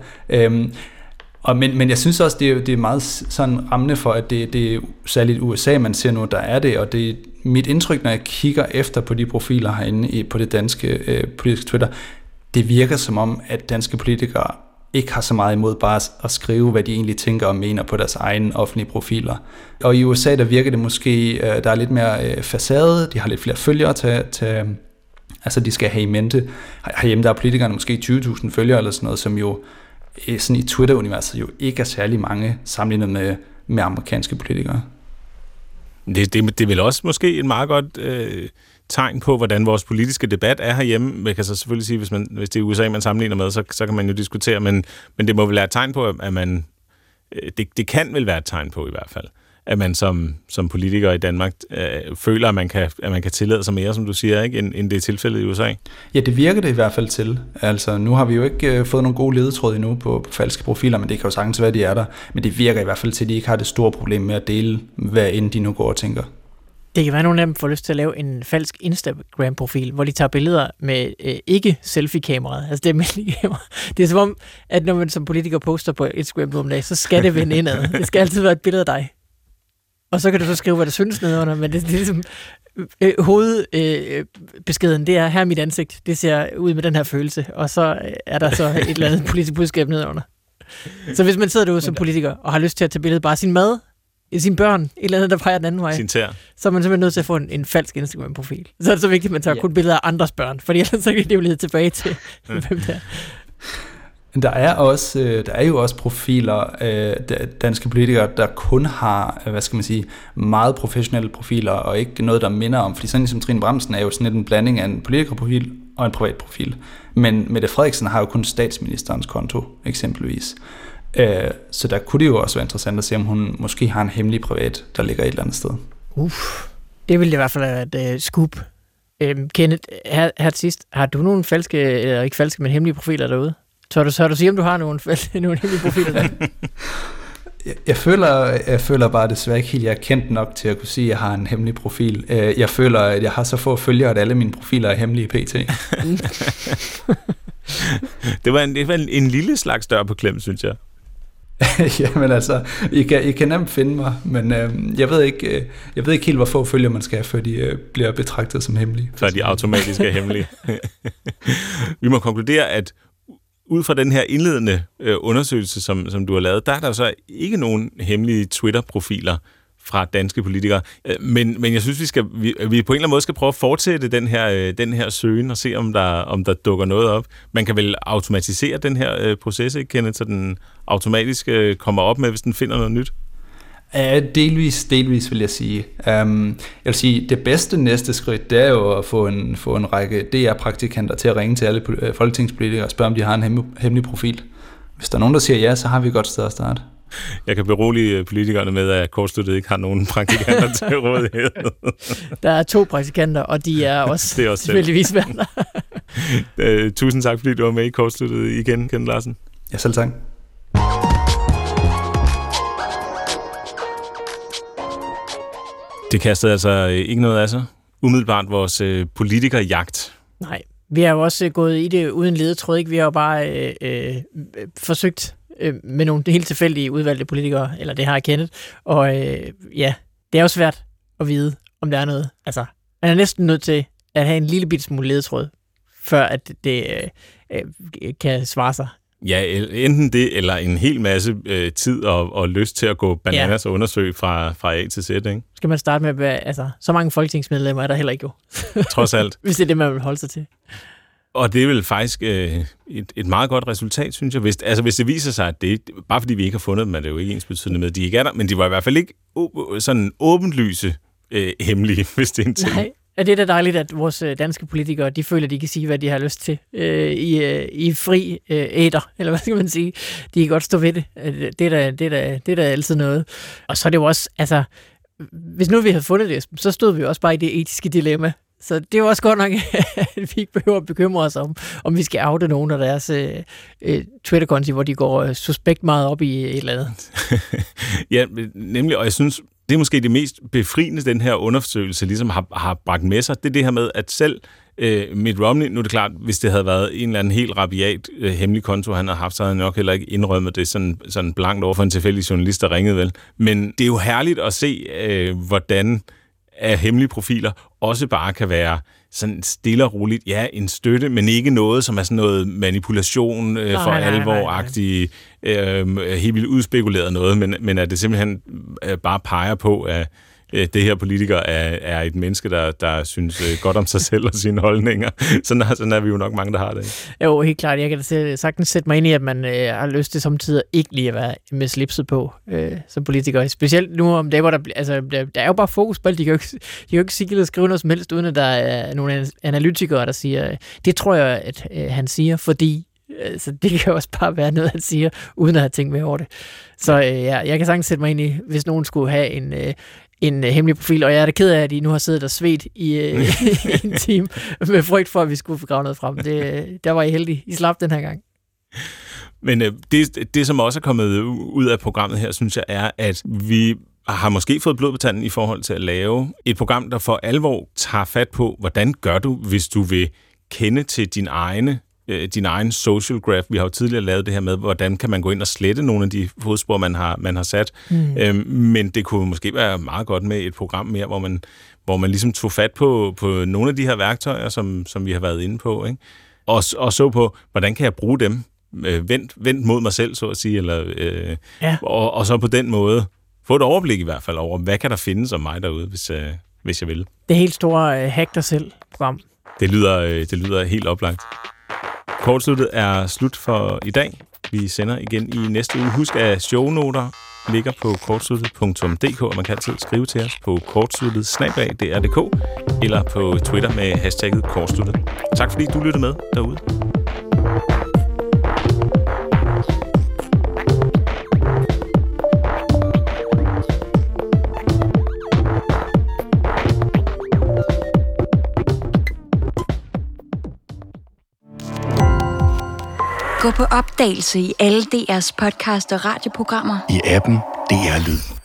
Men jeg synes også, det er meget sådan rammende for, at det er særligt USA, man ser nu, der er det, og det er mit indtryk, når jeg kigger efter på de profiler herinde på det danske politiske Twitter, det virker som om, at danske politikere ikke har så meget imod bare at skrive, hvad de egentlig tænker og mener på deres egne offentlige profiler. Og i USA, der virker det måske, der er lidt mere facade, de har lidt flere følgere til altså de skal have i mente. Herhjemme, der er politikerne måske 20.000 følgere eller sådan noget, som jo sådan i Twitter-universet jo ikke er særlig mange sammenlignet med amerikanske politikere. Det er vel også måske en meget godt tegn på, hvordan vores politiske debat er herhjemme. Man kan så selvfølgelig sige, hvis det er USA, man sammenligner med, så kan man jo diskutere, men det må vel være et tegn på, at man... Det kan vel være et tegn på i hvert fald, at man som politiker i Danmark føler, at man kan tillade sig mere, som du siger, ikke, end det er tilfældet i USA. Ja, det virker det i hvert fald til. Altså, nu har vi jo ikke fået nogle gode ledetråd endnu på falske profiler, men det kan jo sagtens være, de er der. Men det virker i hvert fald til, at de ikke har det store problem med at dele, hvad end de nu går og tænker. Det kan være, at nogle af dem får lyst til at lave en falsk Instagram-profil, hvor de tager billeder med ikke selfie-kameraet, altså det almindelige kamera. Det er som om, at når man som politiker poster på Instagram om dagen, så skal det vende indad. Det skal altid være et billede af dig. Og så kan du så skrive, hvad der synes nedenunder, men det er ligesom hovedbeskeden, det er, her er mit ansigt, det ser ud med den her følelse, og så er der så et eller andet politisk budskab nedenunder. Så hvis man sidder derude som politiker, og har lyst til at tage billede bare af sin mad, sine børn, et eller andet, der peger den anden vej, så er man simpelthen nødt til at få en falsk Instagram-profil. Så er det så vigtigt, at man tager kun billeder af andres børn, fordi ellers så kan det jo lede tilbage til, hvem det er. Der er jo også profiler, danske politikere, der kun har, hvad skal man sige, meget professionelle profiler, og ikke noget, der minder om, fordi sådan ligesom Trine Bramsen er jo sådan lidt en blanding af en politikerprofil og en privat profil. Men Mette Frederiksen har jo kun statsministerens konto, eksempelvis. Så der kunne det jo også være interessant at se, om hun måske har en hemmelig privat, der ligger et eller andet sted. Det ville i hvert fald være et scoop. Kenneth, her til sidst, har du nogle falske, eller ikke falske, men hemmelige profiler derude? Så du sige, om du har nogle hemmelige profiler der? Jeg føler bare desværre ikke helt, jeg er kendt nok til at kunne sige, at jeg har en hemmelig profil. Jeg føler, at jeg har så få følgere, at alle mine profiler er hemmelige pt. Det var en lille slags dør på klem, synes jeg. Jamen altså, I kan nemt finde mig, men jeg ved ikke helt, hvor få følger man skal have, før de bliver betragtet som hemmelige. Før de automatisk er hemmelige. Vi må konkludere, at ud fra den her indledende undersøgelse, som du har lavet, der er der så ikke nogen hemmelige Twitter-profiler fra danske politikere. Men jeg synes, vi på en eller anden måde skal prøve at fortsætte den her søgen og se, om der dukker noget op. Man kan vel automatisere den her proces, ikke, Kenneth, så den automatisk kommer op med, hvis den finder noget nyt? Delvis vil jeg sige. Jeg vil sige, det bedste næste skridt, det er jo at få en række DR-praktikanter til at ringe til alle folketingspolitikere og spørge, om de har en hemmelig profil. Hvis der er nogen, der siger ja, så har vi et godt sted at starte. Jeg kan berolige politikerne med, at kortsluttet ikke har nogen praktikanter til rådighed. Der er 2 praktikanter, og de er også tilfældigvis værter. Tusind tak, fordi du var med i kortsluttet igen, Kenneth Larsen. Ja, selv tak. Det kastede altså ikke noget af sig. Umiddelbart vores politikerjagt. Nej, vi har jo også gået i det uden ledetråd, ikke? Vi har jo bare forsøgt med nogle helt tilfældige udvalgte politikere, eller det har jeg kendt. Og ja, det er jo svært at vide, om der er noget. Altså, man er næsten nødt til at have en lille bitte smule ledetråd, før at det kan svare sig. Ja, enten det, eller en hel masse tid og lyst til at gå bananas og undersøge fra A til Z, ikke? Skal man starte med, så mange folketingsmedlemmer er der heller ikke jo. Trods alt. Hvis det er det, man vil holde sig til. Og det er vel faktisk et meget godt resultat, synes jeg. Hvis det viser sig, at det bare fordi vi ikke har fundet dem, er det jo ikke ensbetydende med, at de ikke er der, men de var i hvert fald ikke sådan åbenlyse hemmelige, hvis det er en ting. Nej. Ja, det er da dejligt, at vores danske politikere, de føler, at de kan sige, hvad de har lyst til i fri æter, eller hvad skal man sige. De kan godt stå ved det. Det er da altid noget. Og så er det jo også, altså, hvis nu vi havde fundet det, så stod vi også bare i det etiske dilemma. Så det er jo også godt nok, at vi ikke behøver at bekymre os om vi skal oute nogen af deres Twitter-konti, hvor de går suspekt meget op i et eller andet. Ja, nemlig, og jeg synes, det er måske det mest befriende, den her undersøgelse ligesom har bragt med sig. Det er det her med, at selv Mitt Romney, nu er det klart, hvis det havde været en eller anden helt rabiat hemmelig konto, han har haft, så havde han nok heller ikke indrømmet det sådan blankt over for en tilfældig journalist, der ringede vel. Men det er jo herligt at se, hvordan af hemmelige profiler også bare kan være sådan stille og roligt, ja, en støtte, men ikke noget, som er sådan noget manipulation for alvoragtigt, helt vildt udspekuleret noget, men at det simpelthen bare peger på, at det her politiker er et menneske, der synes godt om sig selv og sine holdninger. Sådan er vi jo nok mange, der har det. Jo, helt klart. Jeg kan da sagtens sætte mig ind i, at man har lyst til samtidig ikke lige at være med slipset på som politiker. Specielt nu om det, hvor der er jo bare fokus på alt. De kan jo ikke sige eller skrive noget som helst, uden at der er nogle analytikere, der siger, det tror jeg, at han siger, fordi så det kan jo også bare være noget, han siger, uden at have tænkt mere over det. Så jeg kan sagtens sætte mig ind i, hvis nogen skulle have en hemmelig profil, og jeg er da ked af, at I nu har siddet og svedt i en time med frygt for, at vi skulle få gravet noget frem. Der var I heldige. I slap den her gang. Men det, som også er kommet ud af programmet her, synes jeg, er, at vi har måske fået blod på tanden i forhold til at lave et program, der for alvor tager fat på, hvordan gør du, hvis du vil kende til din egen social graph. Vi har jo tidligere lavet det her med, hvordan kan man gå ind og slette nogle af de fodspor, man har sat. Men det kunne måske være meget godt med et program mere, hvor man ligesom tog fat på nogle af de her værktøjer, som vi har været inde på, ikke? Og så på, hvordan kan jeg bruge dem? Vendt mod mig selv, så at sige, eller, og så på den måde få et overblik i hvert fald over, hvad kan der findes om mig derude, hvis jeg vil. Det helt store hack dig selv program. Det lyder helt oplagt. Kortsluttet er slut for i dag. Vi sender igen i næste uge. Husk, at shownoter ligger på kortsluttet.dk, og man kan altid skrive til os på kortsluttet@dr.dk eller på Twitter med hashtagget kortsluttet. Tak fordi du lyttede med derude. Gå på opdagelse i alle DR's podcast og radioprogrammer. I appen DR Lyd.